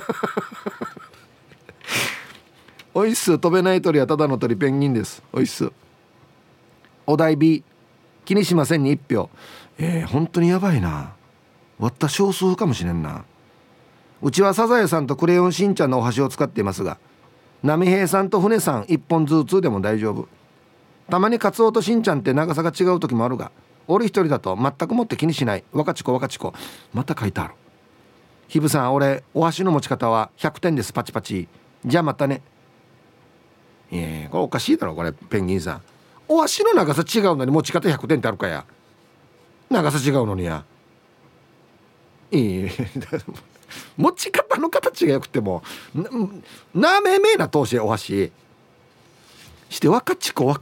おいっす、飛べない鳥はただの鳥ペンギンです。おいっす。お題 B、 気にしませんに1票。本当にやばいな、わった少数かもしれんな。うちはサザエさんとクレヨンしんちゃんのお箸を使っていますが、波平さんと船さん1本ずつでも大丈夫。たまにカツオとしんちゃんって長さが違う時もあるが、俺一人だと全くもって気にしない。若ちこまた書いてある。ひぶさん、俺お箸の持ち方は100点です。パチパチ。じゃあまたね。これおかしいだろこれ。ペンギンさん、お箸の長さ違うのに持ち方100点ってあるかや。長さ違うのにや持ち方の形が良くてもなめめな通しお箸して若ちこ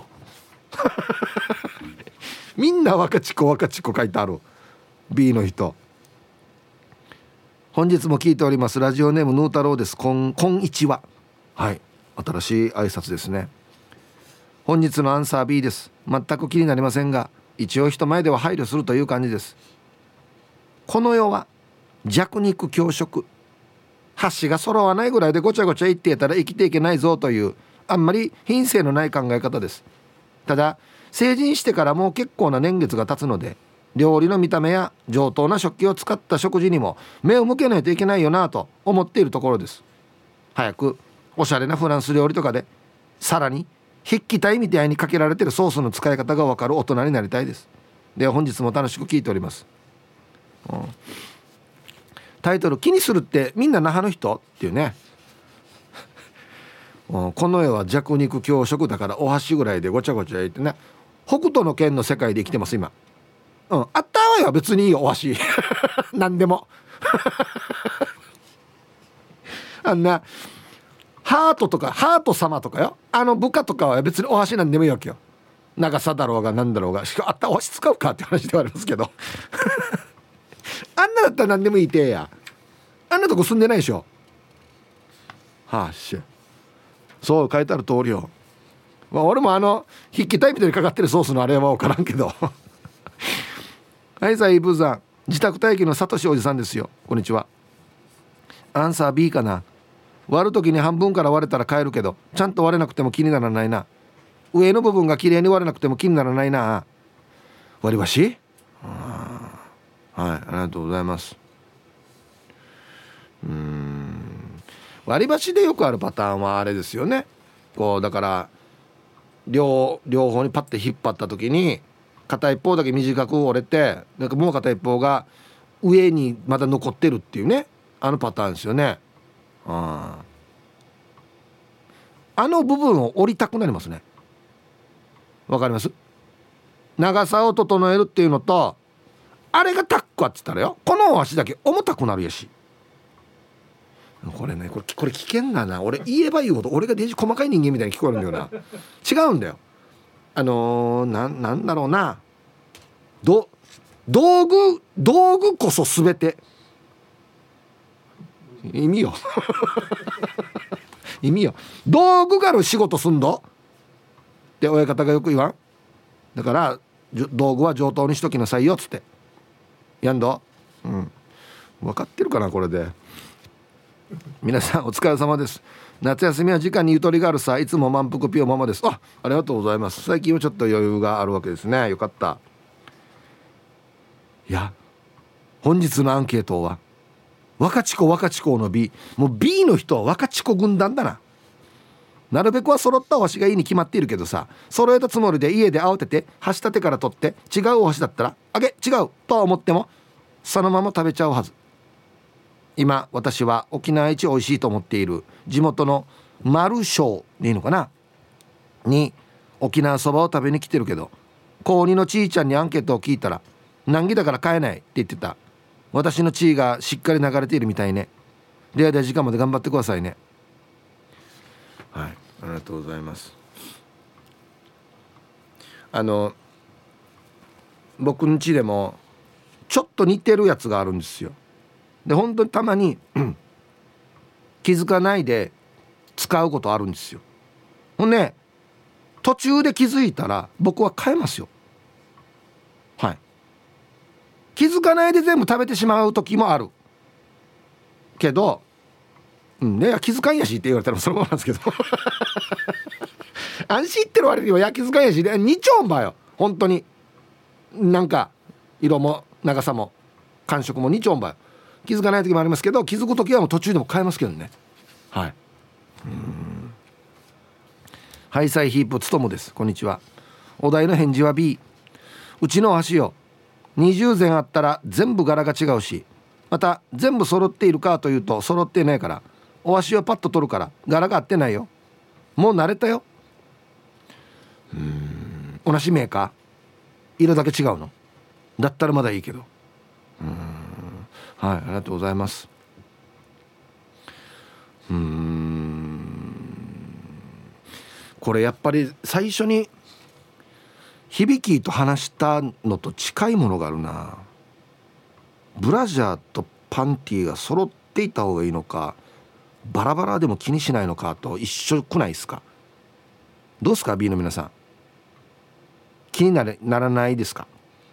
みんな若ちこ書いてある。 B の人、本日も聞いております。ラジオネームヌー太郎です。こんいちは。はい、新しい挨拶ですね。本日のアンサー B です。全く気になりませんが、一応人前では配慮するという感じです。この世は弱肉強食、箸が揃わないぐらいでごちゃごちゃ言っていたら生きていけないぞという、あんまり品性のない考え方です。ただ成人してからもう結構な年月が経つので、料理の見た目や上等な食器を使った食事にも目を向けないといけないよなと思っているところです。早くおしゃれなフランス料理とかでさらに筆記体みたいにかけられてるソースの使い方が分かる大人になりたいです。では本日も楽しく聞いております。タイトル、気にするってみんな那覇の人っていうねこの世は弱肉強食だからお箸ぐらいでごちゃごちゃ言ってね、北斗の拳の世界で生きてます今。あったわよ別にいいよお箸何でもあんなハートとかハート様とかよ、部下とかは別にお箸なんでもいいわけよ。 長さだろうがなんだろうが、しかもあったお箸使うかって話ではありますけどあんなだったら何でもいいてや、あんなとこ住んでないでしょ。はあし、そう書いてある通りよ。まあ俺も筆記タイプでかかってるソースのあれは分からんけどはい、さあイブさん、自宅待機のサトシおじさんですよ。こんにちは。アンサー B かな。割るときに半分から割れたら買えるけど、ちゃんと割れなくても気にならないな。上の部分がきれいに割れなくても気にならないな。割り箸、はい、ありがとうございます。割り箸でよくあるパターンはあれですよね。こうだから両方にパッて引っ張った時に片一方だけ短く折れて、なんかもう片一方が上にまだ残ってるっていうね、あのパターンですよね。あの部分を折りたくなりますね。わかります？長さを整えるっていうのと、あれがタックはって言ったらよ、この足だけ重たくなるやし。これね、これ危険だな。俺言えば言うほど俺がデジ細かい人間みたいに聞こえるんだよな。違うんだよ。なんだろうな、道具こそ全て意味よ意味よ。道具がある仕事すんどって親方がよく言わん。だから道具は上等にしときなさいよっつってやんど。分かってるかなこれで。皆さんお疲れ様です。夏休みは時間にゆとりがあるさ。いつも満腹ピオママです。ありがとうございます。最近はちょっと余裕があるわけですね。よかった。いや、本日のアンケートは若智子の B。 もう B の人は若智子軍団だな。なるべくは揃ったお箸がいいに決まっているけどさ、揃えたつもりで家で慌てて箸立てから取って違うお箸だったらあげ違うとは思ってもそのまま食べちゃうはず。今私は沖縄一美味しいと思っている地元の丸小でいいのかなに沖縄そばを食べに来てるけど、高2のちいちゃんにアンケートを聞いたら難儀だから買えないって言ってた。私の地位がしっかり流れているみたいね。ではで時間まで頑張ってくださいね。はい、ありがとうございます。僕の家でもちょっと似てるやつがあるんですよ。で本当にたまに気づかないで使うことあるんですよ。ほんで途中で気づいたら僕は変えますよ。はい、気づかないで全部食べてしまう時もあるけど、ね、気づかんやしって言われたらそのままなんですけど安心ってる割には気づかんやしで2丁ばよ。本当になんか色も長さも感触も2丁ばよ。気づかない時もありますけど、気づく時はもう途中でも変えますけどね。はい。ハイサイヒープつともです。こんにちは。お題の返事は B。 うちの箸よ、20膳あったら全部柄が違うし、また全部揃っているかというと揃っていないから、お箸をパッと取るから柄が合ってないよ。もう慣れたよ。同じメーカー色だけ違うのだったらまだいいけど。はい、ありがとうございます。これやっぱり最初に響きと話したのと近いものがあるな。ブラジャーとパンティが揃っていた方がいいのか、バラバラでも気にしないのかと一緒くないですか。どうですか B の皆さん、気にならないですか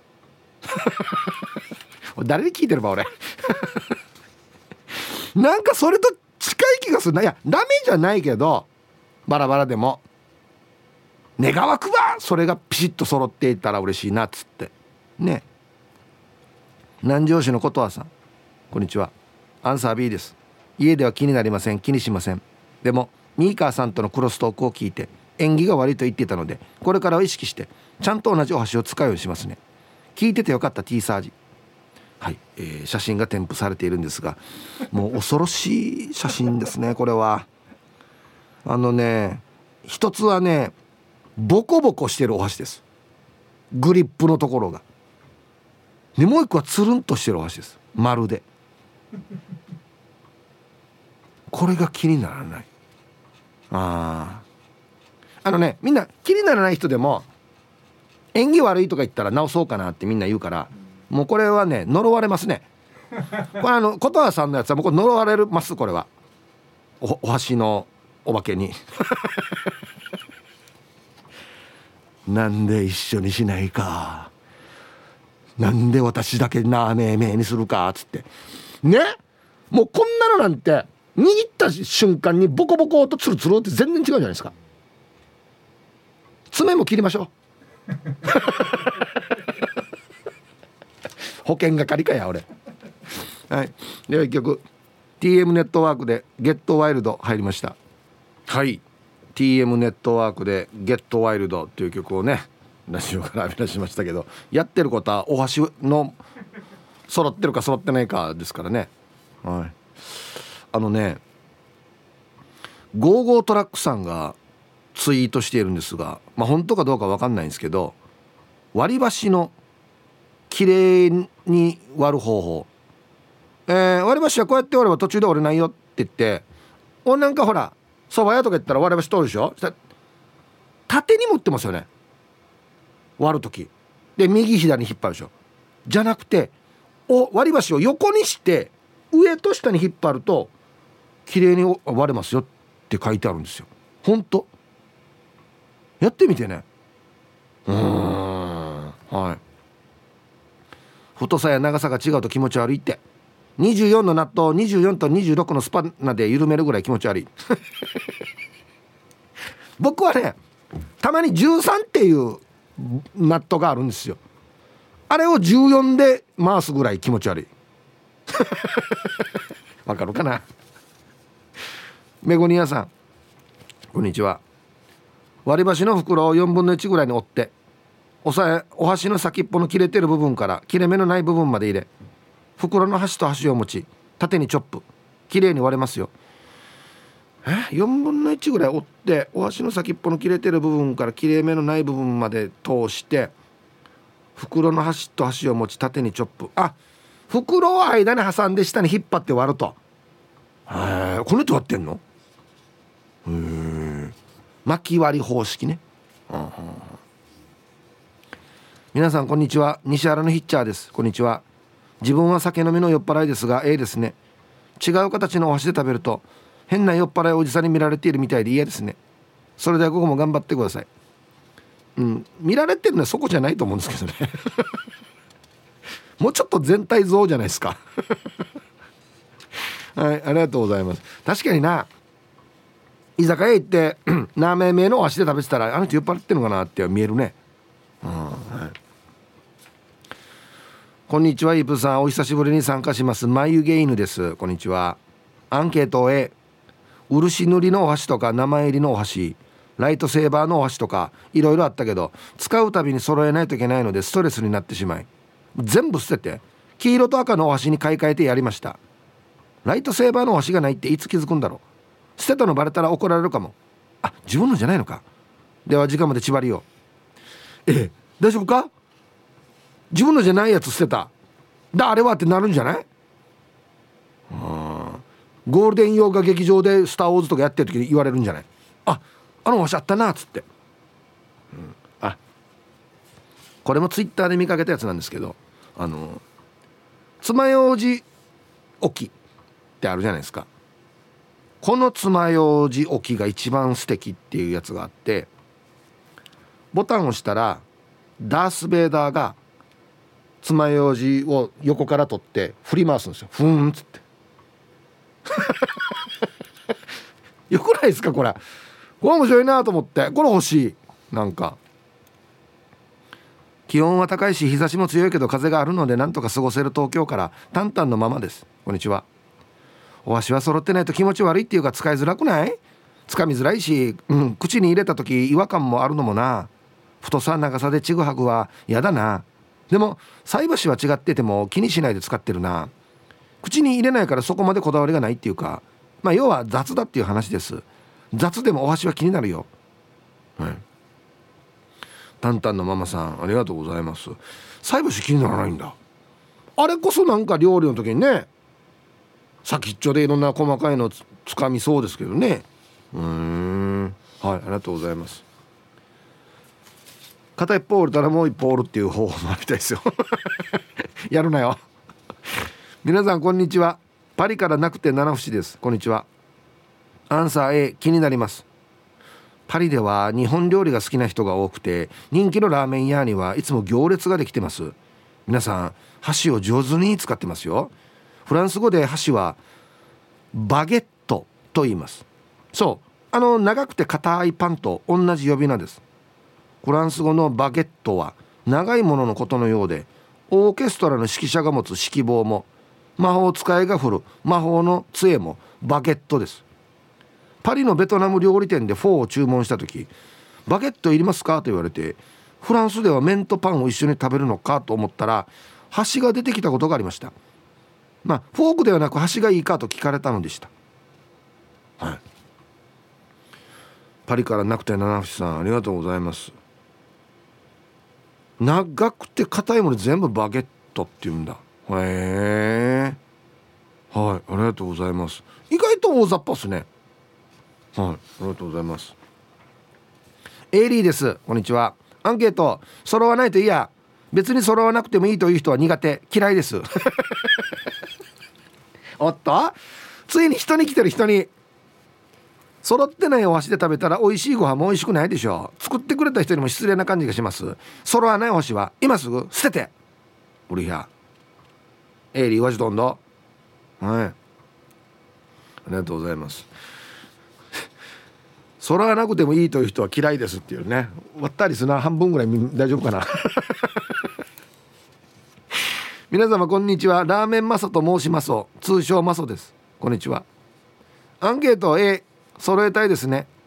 誰に聞いてれば俺なんかそれと近い気がするな。いやダメじゃないけど、バラバラでも願わくばそれがピシッと揃っていたら嬉しいなっつってね。南城市のことわさん、こんにちは。アンサー B です。家では気になりません、気にしません。でもミーカーさんとのクロストークを聞いて縁起が悪いと言っていたので、これからは意識してちゃんと同じお箸を使うようにしますね。聞いててよかった T サージ。はい、写真が添付されているんですが、もう恐ろしい写真ですねこれは。一つはねボコボコしてるお箸です、グリップのところが。でもう一個はつるんとしてるお箸です、丸で。これが気にならない。みんな気にならない人でも縁起悪いとか言ったら直そうかなってみんな言うから、もうこれはね呪われますね。これ琴葉さんのやつはもうこれ呪われます。これは お箸のお化けになんで一緒にしないか、なんで私だけなめいめいにするかつってね。もうこんなのなんて握った瞬間にボコボコとツルツルって全然違うじゃないですか。爪も切りましょう保険係かや俺。はい、では一曲 TM ネットワークでゲットワイルド入りました。はい、 TM ネットワークでゲットワイルドという曲をねラジオから浴び出しましたけど、やってることはお箸の揃ってるか揃ってないかですからね。はい、ゴーゴートラックさんがツイートしているんですが、本当かどうか分かんないんですけど、割り箸のきれいに割る方法、割り箸はこうやって割れば途中で折れないよって言って、なんかほら蕎麦屋とか言ったら割り箸通るでしょ。縦に持ってますよね、割るときで右左に引っ張るでしょ。じゃなくて割り箸を横にして上と下に引っ張ると綺麗に割れますよって書いてあるんですよ。ほんとやってみてね。はい、太さや長さが違うと気持ち悪いって。24の納豆24と26のスパナで緩めるぐらい気持ち悪い僕はねたまに13っていうナットがあるんですよ。あれを14で回すぐらい気持ち悪いわかるかな。メゴニアさんこんにちは。割り箸の袋を4分の1ぐらいに折ってお箸の先っぽの切れてる部分から切れ目のない部分まで入れ、袋の端と端を持ち縦にチョップ、きれいに割れますよ。4分の1ぐらい折ってお箸の先っぽの切れてる部分から切れ目のない部分まで通して袋の端と端を持ち縦にチョップ。袋を間に挟んで下に引っ張って割ると。この人割ってんの？巻き割り方式ね。皆さんこんにちは、西原のヒッチャーです。こんにちは。自分は酒飲みの酔っ払いですがですね、違う形のお箸で食べると変な酔っ払いおじさんに見られているみたいで嫌ですね。それでは午後も頑張ってください。見られてるのはそこじゃないと思うんですけどねもうちょっと全体像じゃないですかはい、ありがとうございます。確かにな、居酒屋行ってラーメン名のお箸で食べてたらあの人酔っ払ってるのかなって見えるね。こんにちはイープさん、お久しぶりに参加します眉毛犬です。こんにちは。アンケート A、 漆塗りのお箸とか名前入りのお箸、ライトセーバーのお箸とかいろいろあったけど使うたびに揃えないといけないのでストレスになってしまい全部捨てて黄色と赤のお箸に買い替えてやりました。ライトセーバーのお箸がないっていつ気づくんだろう。捨てたのバレたら怒られるかも。自分のじゃないのか。では時間まで縛りよう。大丈夫か。自分のじゃないやつ捨てたあれはってなるんじゃない。ゴールデン洋画劇場でスターウォーズとかやってる時に言われるんじゃない。あのおしゃったなっつって、これもツイッターで見かけたやつなんですけど、爪楊枝置きってあるじゃないですか。この爪楊枝置きが一番素敵っていうやつがあって、ボタンを押したらダース・ベイダーが爪楊枝を横から取って振り回すんですよ。ふーんっつってよくないですかこれ。これ面白いなと思って、これ欲しい。なんか気温は高いし日差しも強いけど風があるのでなんとか過ごせる東京からタンタンのままです。こんにちは。お箸は揃ってないと気持ち悪いっていうか使いづらくない？掴みづらいし、口に入れた時違和感もあるのもな。太さ長さでちぐはぐはやだな。でも菜箸は違ってても気にしないで使ってるな。口に入れないからそこまでこだわりがないっていうか、要は雑だっていう話です。雑でもお箸は気になるよ。タンタンのママさんありがとうございます。菜箸気にならないんだ。あれこそなんか料理の時にね、先っちょでいろんな細かいのつかみそうですけどね。はい、ありがとうございます。 片一方折れたらもう一方折るっていう方法もありたいですよやるなよ。皆さんこんにちは。パリからなくて七節です。こんにちは。アンサー A、 気になります。パリでは日本料理が好きな人が多くて、人気のラーメン屋にはいつも行列ができてます。皆さん箸を上手に使ってますよ。フランス語で箸はバゲットと言います。そう、長くて硬いパンと同じ呼び名です。フランス語のバゲットは長いもののことのようで、オーケストラの指揮者が持つ指揮棒も魔法使いが振る魔法の杖もバゲットです。パリのベトナム料理店でフォーを注文した時、バゲットいりますかと言われて、フランスでは麺とパンを一緒に食べるのかと思ったら箸が出てきたことがありました。フォークではなく箸がいいかと聞かれたのでした。はい、パリからなくて七節さん、ありがとうございます。長くて硬いもの全部バゲットって言うんだ。へえ、はい、ありがとうございます。意外と大雑把ですね。はい、ありがとうございます。エイリーです。こんにちは。アンケート、揃わないと嫌。別に揃わなくてもいいという人は苦手、嫌いですおっと、ついに人に来てる。人に揃ってないお箸で食べたら美味しいご飯も美味しくないでしょう。作ってくれた人にも失礼な感じがします。揃わないお箸は今すぐ捨てて。ブリハエイリーワジドンド。はい、ありがとうございます。揃わなくてもいいという人は嫌いですっていうね。割ったりすな、半分ぐらい大丈夫かな皆様こんにちは。ラーメンマソと申します。通称マソです。こんにちは。アンケート A、 揃えたいですね。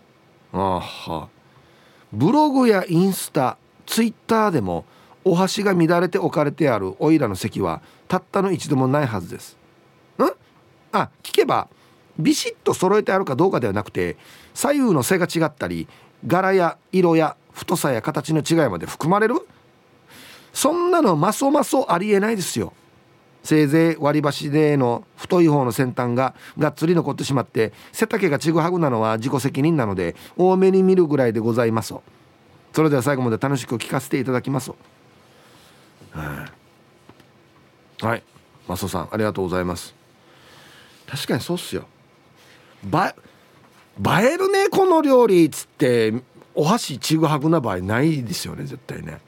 ブログやインスタ、ツイッターでもお箸が乱れて置かれてあるおいらの席はたったの一度もないはずです。聞けばビシッと揃えてあるかどうかではなくて、左右の背が違ったり柄や色や太さや形の違いまで含まれる。そんなのマソマソありえないですよ。せいぜい割り箸での太い方の先端ががっつり残ってしまって背丈がちぐはぐなのは自己責任なので多めに見るぐらいでございます。それでは最後まで楽しく聞かせていただきます。はい、マソさんありがとうございます。確かにそうっすよ。映えるねこの料理っつってお箸ちぐはぐな場合ないですよね、絶対ね。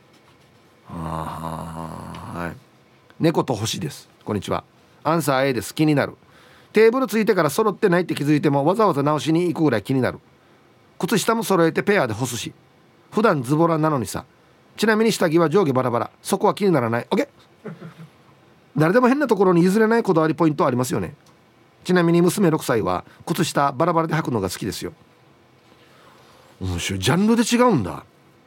はい、猫と星です。こんにちは。アンサー A です。気になる。テーブルついてから揃ってないって気づいてもわざわざ直しに行くぐらい気になる。靴下も揃えてペアで干すし、普段ズボラなのにさ。ちなみに下着は上下バラバラ、そこは気にならない。 OK。 誰でも変なところに譲れないこだわりポイントありますよね。ちなみに娘6歳は靴下バラバラで履くのが好きですよ。面白い、ジャンルで違うんだ。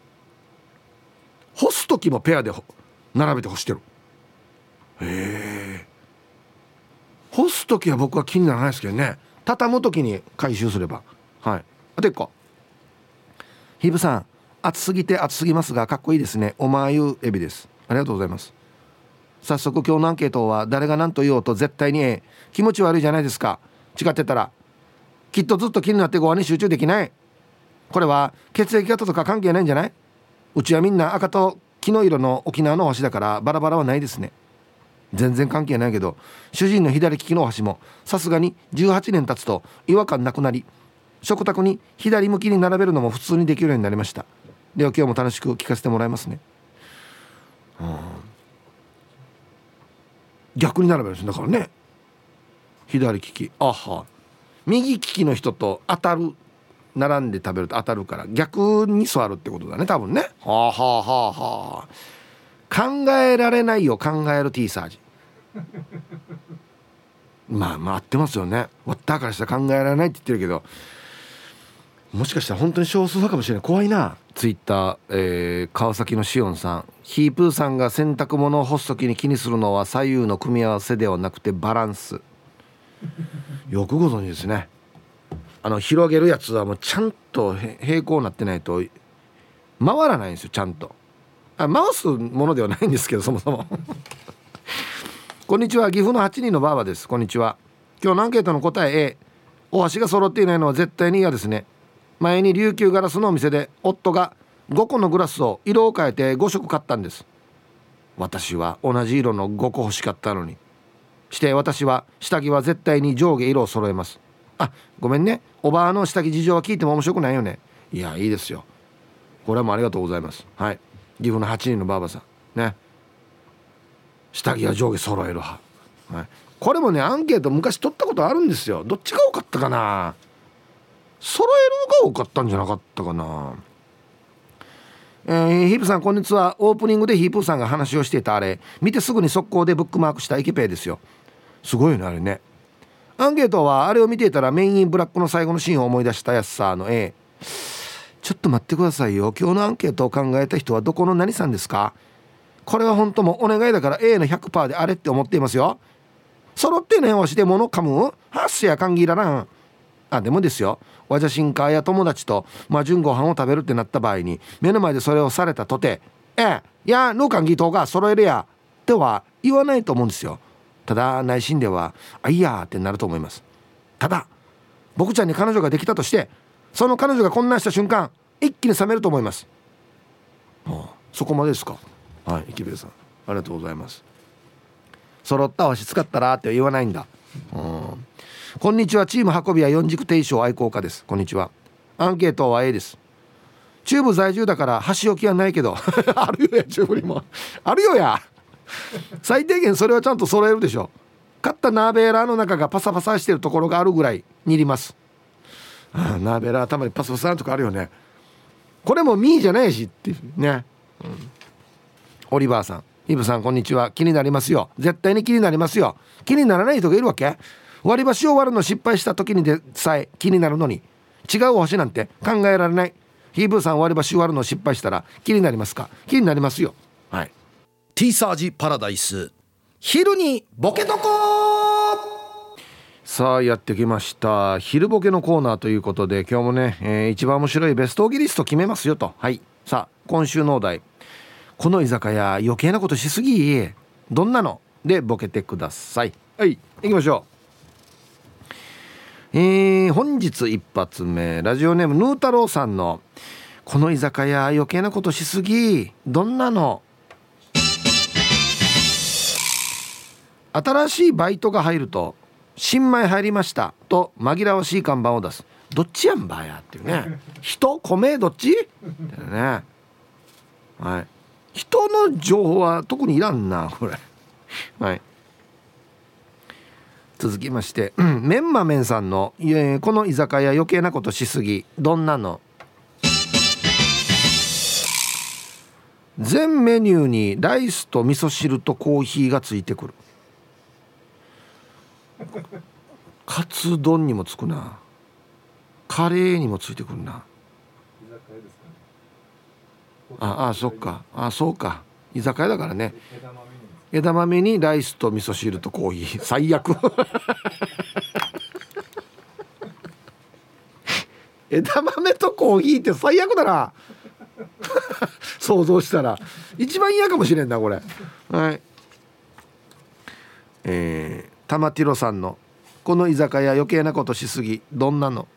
干す時もペアで並べて干してる。へえ。干す時は僕は気にならないですけどね。畳む時に回収すれば。はい。あと1個。ヒブさん、暑すぎて暑すぎますがかっこいいですね。おまゆエビです。ありがとうございます。早速今日のアンケートは誰が何と言おうと絶対に A。 気持ち悪いじゃないですか。違ってたらきっとずっと気になってご飯に集中できない。これは血液型とか関係ないんじゃない？うちはみんな赤と黄の色の沖縄のお箸だからバラバラはないですね。全然関係ないけど主人の左利きのお箸もさすがに18年経つと違和感なくなり、食卓に左向きに並べるのも普通にできるようになりました。では今日も楽しく聞かせてもらいますね。逆に並べるんですだからね。左利き、右利きの人と当たる、並んで食べると当たるから逆に座るってことだね多分ね。考えられないよ考える T サージまあ合ってますよね。わったからしたら考えられないって言ってるけど、もしかしたら本当に少数派かもしれない。怖いな。ツイッター、川崎のしおんさん、ヒープーさんが洗濯物を干すときに気にするのは左右の組み合わせではなくてバランス。よくご存知ですね。広げるやつはもうちゃんと平行になってないと回らないんですよ。ちゃんと回すものではないんですけどそもそもこんにちは。岐阜の8人のバーバです。こんにちは。今日のアンケートの答え A。 お箸が揃っていないのは絶対に嫌ですね。前に琉球ガラスのお店で夫が 5個のグラスを色を変えて5色買ったんです。私は同じ色の5個欲しかったのに。して私は下着は絶対に上下色を揃えます。あ、ごめんね、おばあの下着事情は聞いても面白くないよね。いや、いいですよ、これはもうありがとうございます。はい、岐阜の8人のばあばさんね、下着は上下揃える派、はい、これもねアンケート昔取ったことあるんですよ。どっちが多かったかな、揃えるが多かったんじゃなかったかな。ヒープさんこんにちは。オープニングでヒープさんが話をしていたあれ見てすぐに速攻でブックマークしたエキペイですよ。すごいよねあれね。アンケートはあれを見ていたらメインインブラックの最後のシーンを思い出したやつさの A。 ちょっと待ってくださいよ、今日のアンケートを考えた人はどこの何さんですか。これは本当もお願いだから A の 100% であれって思っていますよ。揃ってねわしで物噛むハッシュや歓迎だな。あ、でもですよ、わじゃしんかや友達と純ご飯を食べるってなった場合に目の前でそれをされたとていやの歓迎とが揃えるやっては言わないと思うんですよ。ただ内心ではあいやーってなると思います。ただ僕ちゃんに彼女ができたとしてその彼女がこんなんした瞬間一気に冷めると思います。そこまでですか。はい、池部さんありがとうございます。揃ったわし使ったらって言わないんだ。こんにちは、チーム運び屋四軸定称愛好家です。こんにちは。アンケートは A です。中部在住だから箸置きはないけどあるよや、中部にもあるよや最低限それはちゃんと揃えるでしょ。買ったナーベーラーの中がパサパサしてるところがあるぐらい煮ります。ナーベーラーたまにパサパサのとこあるよね。これもミーじゃないしってね、オリバーさん、イブさんこんにちは。気になりますよ、絶対に気になりますよ。気にならない人がいるわけ。割り箸を割るの失敗した時にでさえ気になるのに違うお箸なんて考えられない。ヒーブーさん割り箸割るの失敗したら気になりますか。気になりますよ。はい。 ティーサージパラダイス昼にボケとこ。さあやってきました昼ボケのコーナーということで今日もね、一番面白いベストオギリスト決めますよと。はい、さあ今週のお題、この居酒屋余計なことしすぎどんなのでボケてください。はい、行きましょう。本日一発目、ラジオネームヌー太郎さんのこの居酒屋余計なことしすぎどんなの。新しいバイトが入ると新米入りましたと紛らわしい看板を出す。どっちやんばやっていうね人米どっちだよね。はい、人の情報は特にいらんなこれ。はい、続きましてメンマメンさんのこの居酒屋余計なことしすぎどんなの。全メニューにライスと味噌汁とコーヒーがついてくる。カツ丼にもつくな、カレーにもついてくるな。そっか、そうか、居酒屋だからね。枝豆にライスと味噌汁とコーヒー、最悪枝豆とコーヒーって最悪だな想像したら一番嫌かもしれんなこれ。はい、玉ティロさんのこの居酒屋余計なことしすぎどんなの。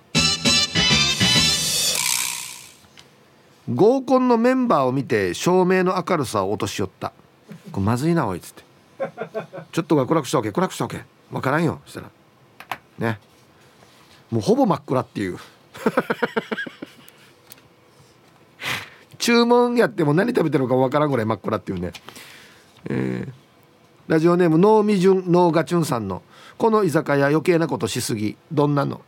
合コンのメンバーを見て照明の明るさを落としよった。これまずいなおいっつってちょっとが暗くしたわけ暗くしたわけ分からんよしたらね、もうほぼ真っ暗っていう注文やっても何食べてるのか分からんぐらい真っ暗っていうね。ラジオネームノーミジュンノーガチュンさんのこの居酒屋余計なことしすぎどんなの。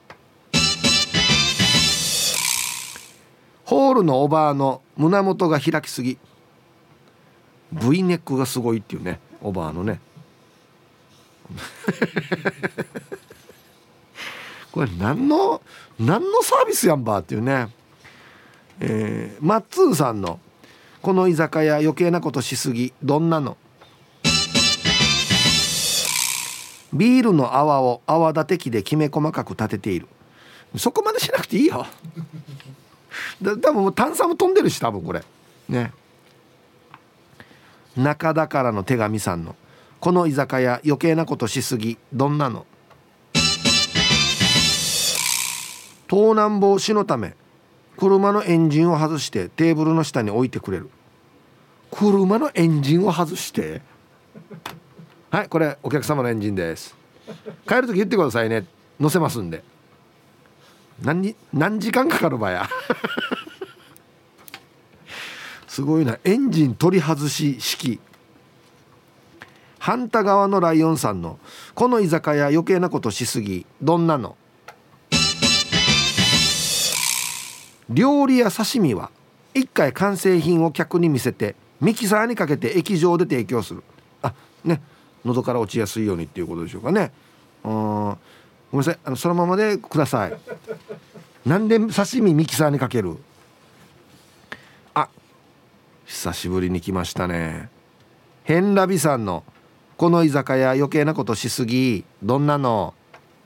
ホールのおばあの胸元が開きすぎ V ネックがすごいっていうね、おばあのねこれ何のサービスやんばっていうね。マッツーさんのこの居酒屋余計なことしすぎどんなの。ビールの泡を泡立て器できめ細かく立てている。そこまでしなくていいよ多分もう炭酸も飛んでるし多分これね。中田からの手紙さんのこの居酒屋余計なことしすぎどんなの。盗難防止のため車のエンジンを外してテーブルの下に置いてくれる。車のエンジンを外して、はい、これお客様のエンジンです、帰るとき言ってくださいね、乗せますんで。何時間かかるばやすごいな。エンジン取り外し式。反対側のライオンさんのこの居酒屋余計なことしすぎ、どんなの。料理や刺身は一回完成品を客に見せてミキサーにかけて液状で提供する。あね、喉から落ちやすいようにっていうことでしょうかね。ごめんなさい、そのままでください。なんで刺身ミキサーにかける。あ、久しぶりに来ましたね。ヘンラビさんのこの居酒屋余計なことしすぎ、どんなの。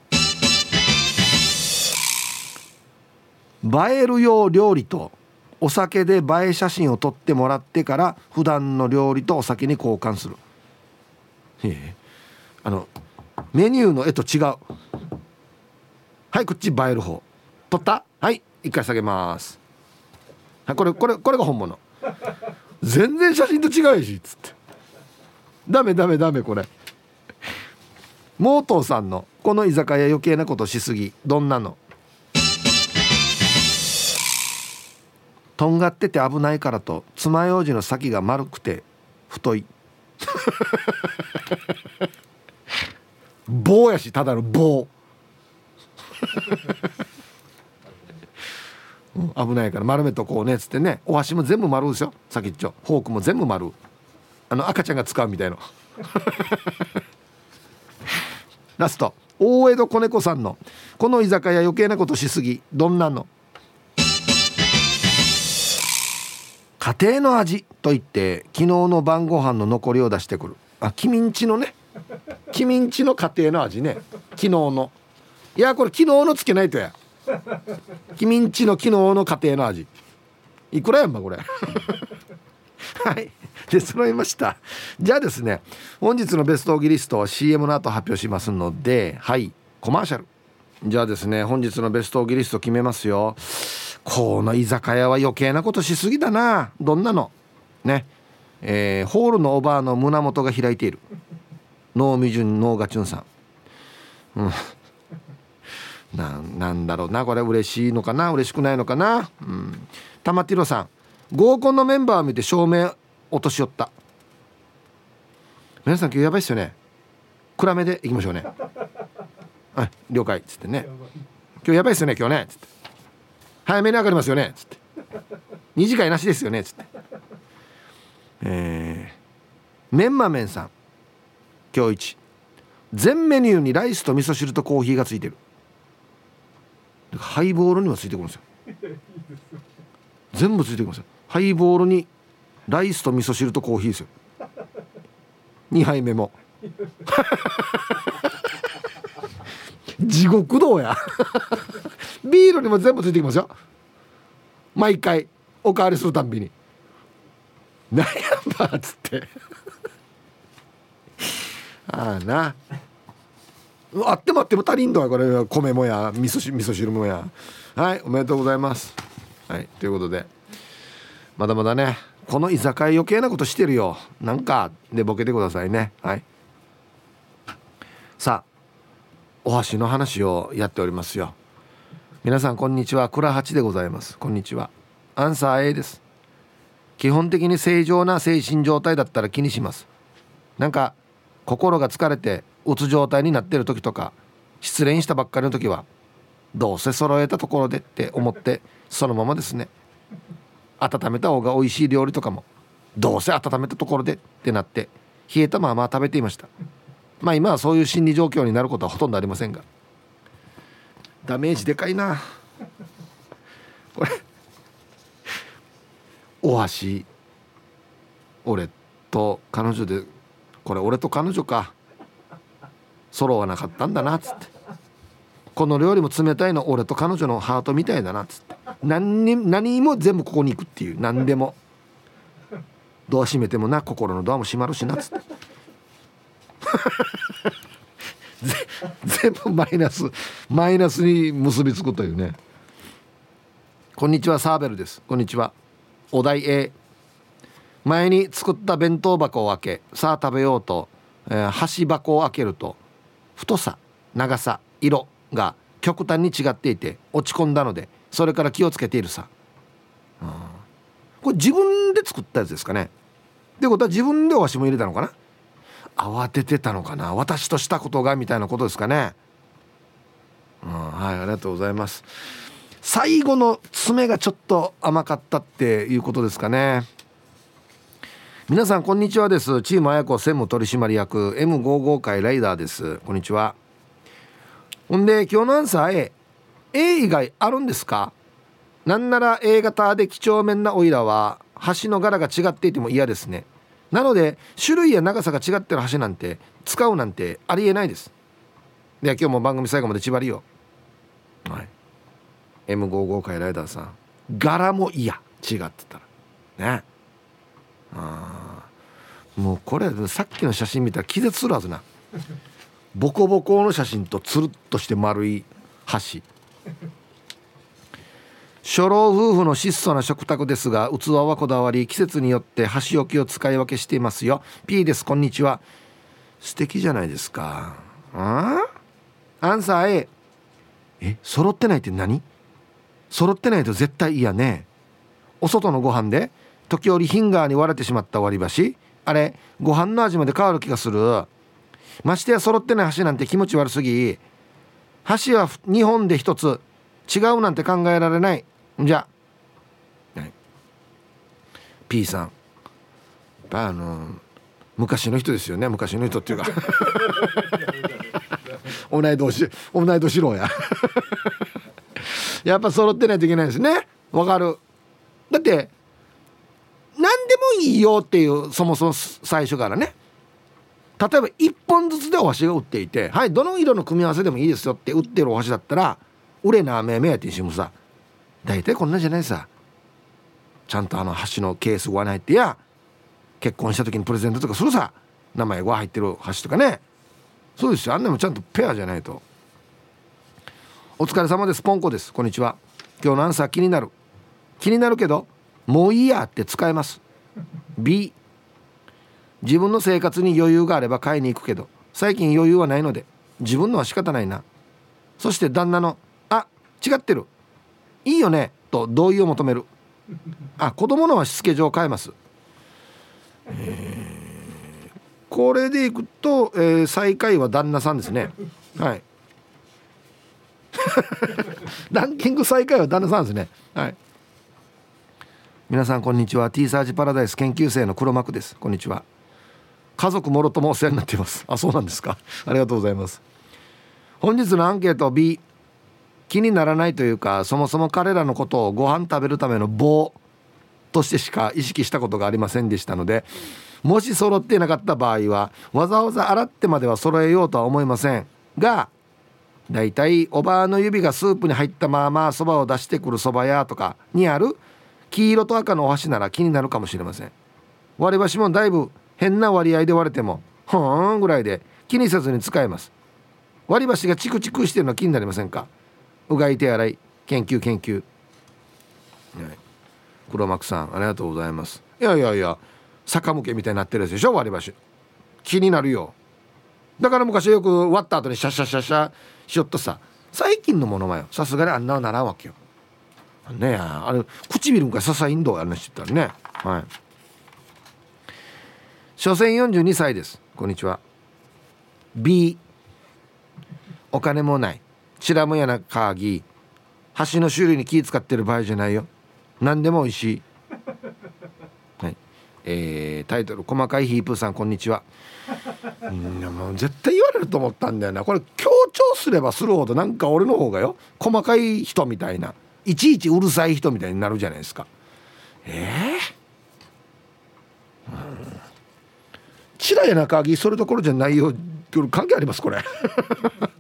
映える用料理とお酒で映え写真を撮ってもらってから普段の料理とお酒に交換する。メニューの絵と違う。はい、こっち映える方撮った。はい、一回下げます。はい、これが本物。全然写真と違うしつって、ダメこれ。モートーさんのこの居酒屋余計なことしすぎ、どんなの。とんがってて危ないからと爪楊枝の先が丸くて太い棒やし、ただの棒危ないから丸めとこうねつってね。お箸も全部丸ですよ、先っちょ。フォークも全部丸。赤ちゃんが使うみたいなラスト、大江戸子猫さんのこの居酒屋余計なことしすぎ、どんなの。家庭の味と言って昨日の晩ご飯の残りを出してくる。君んちのね、君んちの家庭の味ね。昨日の、いやこれ昨日のつけないとや。君んちの昨日の家庭の味いくらやんばこれはいで揃いました。じゃあですね、本日のベストオギリストは CM の後発表しますので、はいコマーシャル。じゃあですね、本日のベストオギリスト決めますよ。この居酒屋は余計なことしすぎだな、どんなのね。ホールのおばあの胸元が開いている。ノーミジュンノーガチュンさん、なんだろうなこれ。嬉しいのかな嬉しくないのかな。玉ティロさん、合コンのメンバーを見て照明落としよった。皆さん今日やばいっすよね。暗めでいきましょうね。はい了解っつってね。今日やばいっすよね今日ねつって、早めに上がりますよねつって、2次会なしですよねつって。メンマメンさん、今日一全メニューにライスと味噌汁とコーヒーがついてる。ハイボールにもついてくるんですよ。全部ついてきますよ。ハイボールにライスと味噌汁とコーヒーですよ。2杯目も地獄道やビールにも全部ついてきますよ。毎回おかわりするたんびになんやばっつってあっても足りんだわこれ。米もや味噌汁もや。はいおめでとうございます。はいということで、まだまだねこの居酒屋余計なことしてるよなんかでボケてくださいね。はい、さあお箸の話をやっておりますよ。皆さんこんにちは、倉八でございます。こんにちは。アンサー A です。基本的に正常な精神状態だったら気にします。なんか心が疲れてうつ状態になってる時とか、失恋したばっかりの時はどうせ揃えたところでって思ってそのままですね。温めた方が美味しい料理とかもどうせ温めたところでってなって冷えたまま食べていました。まあ今はそういう心理状況になることはほとんどありませんが、ダメージでかいなこれ。お箸俺と彼女で、これ俺と彼女か揃わなかったんだなっつって、この料理も冷たいの俺と彼女のハートみたいだなっつって、何も全部ここに行くっていう。何でもドア閉めてもな心のドアも閉まるしなっつって全部マイナスに結びつくというね。 こんにちは、サーベルです。こんにちは。お題 A。 前に作った弁当箱を開け、さあ食べようと、箸箱を開けると太さ、長さ、色が極端に違っていて落ち込んだので、それから気をつけているさ。これ自分で作ったやつですかね。ってことは自分でお箸も入れたのかな。慌ててたのかな、私としたことがみたいなことですかね。はい、ありがとうございます。最後の爪がちょっと甘かったっていうことですかね。皆さんこんにちはです。チームあやこ専務取締役 M55 会ライダーです。こんにちは。ほんで今日のアンサー A 以外あるんですか。なんなら A 型で几帳面なオイラは箸の柄が違っていても嫌ですね。なので種類や長さが違ってる箸なんて使うなんてありえないです。では今日も番組最後まで縛りよ。はい、M55 回ライダーさん、柄も嫌、違ってたらね。もうこれさっきの写真見たら気絶するはずな。ボコボコの写真とつるっとして丸い箸。初老夫婦の質素な食卓ですが、器はこだわり季節によって箸置きを使い分けしていますよ。 P です。こんにちは。素敵じゃないですか。アンサー A。 揃ってないって何？揃ってないと絶対嫌ね。お外のご飯で時折ヒンガーに割れてしまった割り箸、あれご飯の味まで変わる気がする。ましてや揃ってない箸なんて気持ち悪すぎ。箸は2本で1つ違うなんて考えられない。じゃあ、はい、P さん、やっぱ昔の人ですよね。昔の人っていうか同い年ろややっぱ揃ってないといけないですね。わかる。だって何でもいいよっていう、そもそも最初からね。例えば1本ずつでお箸が売っていて、はい、どの色の組み合わせでもいいですよって売ってるお箸だったら売れなめめやってしもさ、大体こんなんじゃないさ。ちゃんと箸のケースご案内ってや、結婚した時にプレゼントとかするさ、名前が入ってる箸とかね。そうですよ。あんなもちゃんとペアじゃないと。お疲れ様です。ポンコです。こんにちは。今日のアンサー気になるけどもういいやって使えます。 B。 自分の生活に余裕があれば買いに行くけど最近余裕はないので自分のは仕方ないな。そして旦那の違ってる、いいよねと同意を求める。子供のはしつけ上変えます。これでいくと、最下位は旦那さんですね。はいランキング最下位は旦那さんですね。はい。皆さんこんにちは。 T サージパラダイス研究生の黒幕です。こんにちは。家族もろともお世話になっています。そうなんですか。ありがとうございます。本日のアンケート B。 気にならないというか、そもそも彼らのことをご飯食べるための棒としてしか意識したことがありませんでしたので、もし揃っていなかった場合はわざわざ洗ってまでは揃えようとは思いませんが、だいたいおばあの指がスープに入ったままそばを出してくるそば屋とかにある黄色と赤のお箸なら気になるかもしれません。割り箸もだいぶ変な割合で割れてもほーんぐらいで気にせずに使えます。割り箸がチクチクしてるのは気になりませんか。うがい手洗い研究、はい、黒幕さんありがとうございます。いや逆向けみたいになってるやつでしょ、割り箸。気になるよ。だから昔よく割った後にシャシャシャシャしよっとさ、最近のものはよさすがにあんなのならんわけよね。あれ唇がささインドやるの知ったらね。はい。所詮42歳です。こんにちは。 B。 お金もないチラムヤな鍵、箸の種類に気使ってる場合じゃないよ。何でも美味しい。はい。タイトル細かいヒープーさんこんにちは。もう絶対言われると思ったんだよな。これ強調すればするほどなんか俺の方がよ細かい人みたいな、いちいちうるさい人みたいになるじゃないですか。チラやな鍵それどころじゃないよ。関係ありますこれ